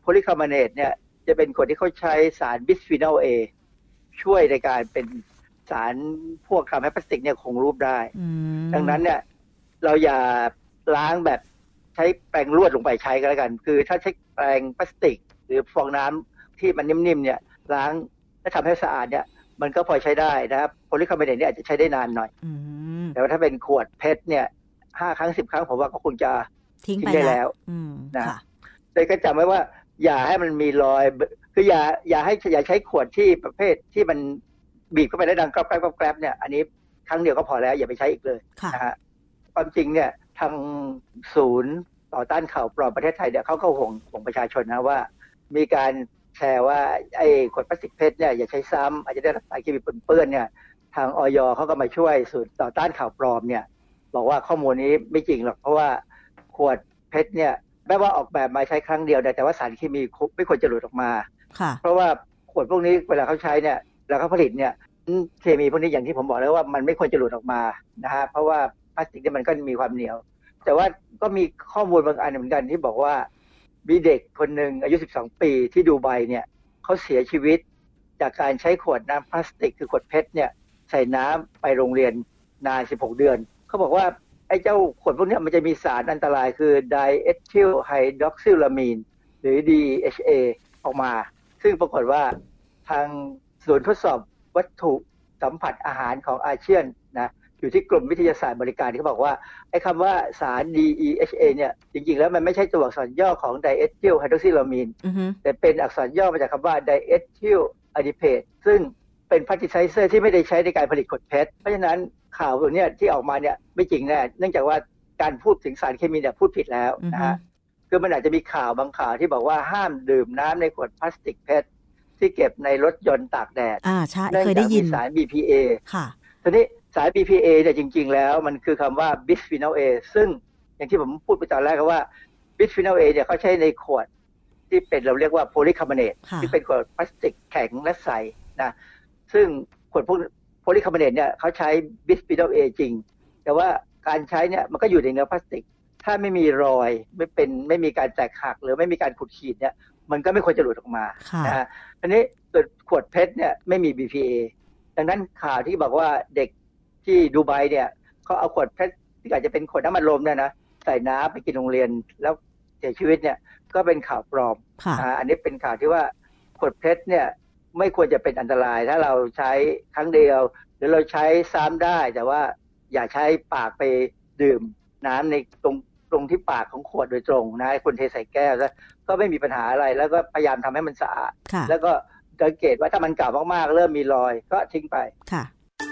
โพลีคาร์บอเนตเนี่ยจะเป็นคนที่เขาใช้สารบิสฟีนอล A ช่วยในการเป็นสารพวกทำให้พลาสติกเนี่ยคงรูปได้ดังนั้นเนี่ยเราอย่าล้างแบบใช้แปรงลวดลงไปใช้ก็แล้วกันคือถ้าใช้แปรงพลาสติกหรือฟองน้ำที่มันนิ่มๆเนี่ยล้างและทำให้สะอาดเนี่ยมันก็พอใช้ได้นะครับโพลีคาร์บอเนตเนี่ยอาจจะใช้ได้นานหน่อยแต่ว่าถ้าเป็นขวดเพชรเนี่ย5 ครั้ง 10 ครั้งผมว่าก็คงจะทิ้งได้แล้วนะแต่ก็จำไว้ว่าอย่าให้มันมีรอยคืออย่าใช้ขวดที่ประเภทที่มันบีบเข้าไปได้ดังกรอบแกรบเนี่ยอันนี้ครั้งเดียวก็พอแล้วอย่าไปใช้อีกเลยนะฮะความจริงเนี่ยทางศูนย์ต่อต้านข่าวปลอมประเทศไทยเนี่ยเขาก็ห่วงประชาชนนะว่ามีการแชร์ว่าไอ้ขวดพลาสติกเพชรเนี่ยอย่าใช้ซ้ำอาจจะได้รับสารเคมีปนเปื้อนเนี่ยทางอย.เขาก็มาช่วยศูนย์ต่อต้านข่าวปลอมเนี่ยบอกว่าข้อมูลนี้ไม่จริงหรอกเพราะว่าขวดเพชรเนี่ยแม้ว่าออกแบบมาใช้ครั้งเดียวแต่ว่าสารเคมีไม่ควรจะหลุดออกมาเพราะว่าขวดพวกนี้เวลาเขาใช้เนี่ยแล้วเขาผลิตเนี่ยเคมีพวกนี้อย่างที่ผมบอกแล้วว่ามันไม่ควรจะหลุดออกมานะฮะเพราะว่าพลาสติกเนี่ยมันก็มีความเหนียวแต่ว่าก็มีข้อมูลบางอันเหมือนกันที่บอกว่ามีเด็กคนหนึ่งอายุ12 ปีที่ดูไบเนี่ยเขาเสียชีวิตจากการใช้ขวดน้ำพลาสติกคือขวดเพชรเนี่ยใส่น้ำไปโรงเรียนนาน16 เดือนเขาบอกว่าไอ้เจ้าขวดพวกนี้มันจะมีสารอันตรายคือไดเอทิลไฮดรอกซิลามีนหรือ DHA ออกมาซึ่งปรากฏว่าทางศูนย์ทดสอบวัตถุสัมผัสอาหารของอาเซียนนะอยู่ที่กรมวิทยาศาสตร์บริการที่เขาบอกว่าไอ้คำว่าสาร DHA เนี่ยจริงๆแล้วมันไม่ใช่ตัวอักษรย่อของไดเอทิลไฮดรอกซิลามีนแต่เป็นอักษรย่อมาจากคำว่าไดเอทิลอะดิเพทซึ่งเป็นพลาสติไซเซอร์ที่ไม่ได้ใช้ในการผลิตขวดเพชรเพราะฉะนั้นข่าวตัวนี้ที่ออกมาเนี่ยไม่จริงแน่เนื่องจากว่าการพูดถึงสารเคมีเนี่ยพูดผิดแล้วนะฮะคือมันอาจจะมีข่าวบางข่าวที่บอกว่าห้ามดื่มน้ำในขวดพลาสติกเพชรที่เก็บในรถยนต์ตากแดดใช่เคยได้ยินสาร BPA ค่ะทีนี้สาร BPA เนี่ยจริงๆแล้วมันคือคำว่า bisphenol A ซึ่งอย่างที่ผมพูดไปตอนแรกว่า bisphenol A เนี่ยเขาใช้ในขวดที่เป็นเราเรียกว่าโพลีคาร์บอเนตที่เป็นขวดพลาสติกแข็งและใสนะซึ่งขวดพวกโพลีคาร์บอเนตเนี่ยเขาใช้บิสฟีนอล A จริงแต่ว่าการใช้เนี่ยมันก็อยู่ในเนื้อพลาสติกถ้าไม่มีรอยไม่มีการแตกหักหรือไม่มีการขูดขีดเนี่ยมันก็ไม่ควรจะหลุดออกมานะฮะอันนี้ตัวขวดเพชรเนี่ยไม่มี BPA ดังนั้นข่าวที่บอกว่าเด็กที่ดูไบเนี่ยเขาเอาขวดเพชรที่อาจจะเป็นขวดน้ำอัดลมเนี่ยนะใส่น้ำไปกินโรงเรียนแล้วเสียชีวิตเนี่ยก็เป็นข่าวปลอมอันนี้เป็นข่าวที่ว่าขวดเพชรเนี่ยไม่ควรจะเป็นอันตรายถ้าเราใช้ครั้งเดียวหรือเราใช้ซ้ำได้แต่ว่าอย่าใช้ปากไปดื่มน้ำในตรงที่ปากของขวดโดยตรงนะคนเทใส่แก้วแล้วก็ไม่มีปัญหาอะไรแล้วก็พยายามทำให้มันสะอาดแล้วก็สังเกตว่าถ้ามันเก่ามากๆเริ่มมีรอยก็ทิ้งไปค่ะ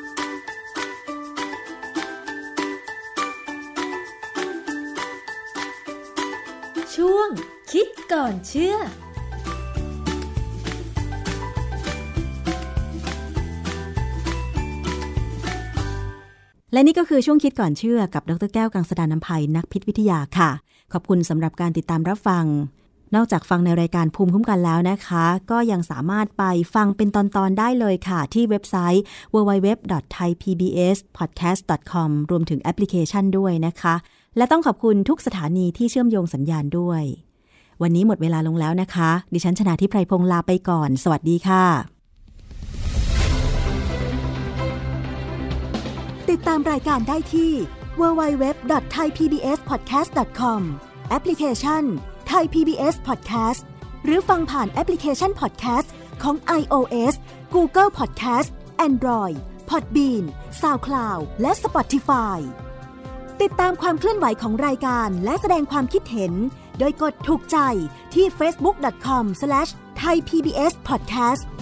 ช่วงคิดก่อนเชื่อและนี่ก็คือช่วงคิดก่อนเชื่อกับดร.แก้วกังสดาลอำไพนักพิษวิทยาค่ะขอบคุณสำหรับการติดตามรับฟังนอกจากฟังในรายการภูมิคุ้มกันแล้วนะคะก็ยังสามารถไปฟังเป็นตอนๆได้เลยค่ะที่เว็บไซต์ www.thaipbspodcast.com รวมถึงแอปพลิเคชันด้วยนะคะและต้องขอบคุณทุกสถานีที่เชื่อมโยงสัญญาณด้วยวันนี้หมดเวลาลงแล้วนะคะดิฉันชนาธิไพรพงษ์ลาไปก่อนสวัสดีค่ะติดตามรายการได้ที่ www.thaipbspodcast.com แอปพลิเคชัน Thai PBS Podcast หรือฟังผ่านแอปพลิเคชัน Podcast ของ iOS Google Podcast Android Podbean SoundCloud และ Spotify ติดตามความเคลื่อนไหวของรายการและแสดงความคิดเห็นโดยกดถูกใจที่ facebook.com/thaipbspodcast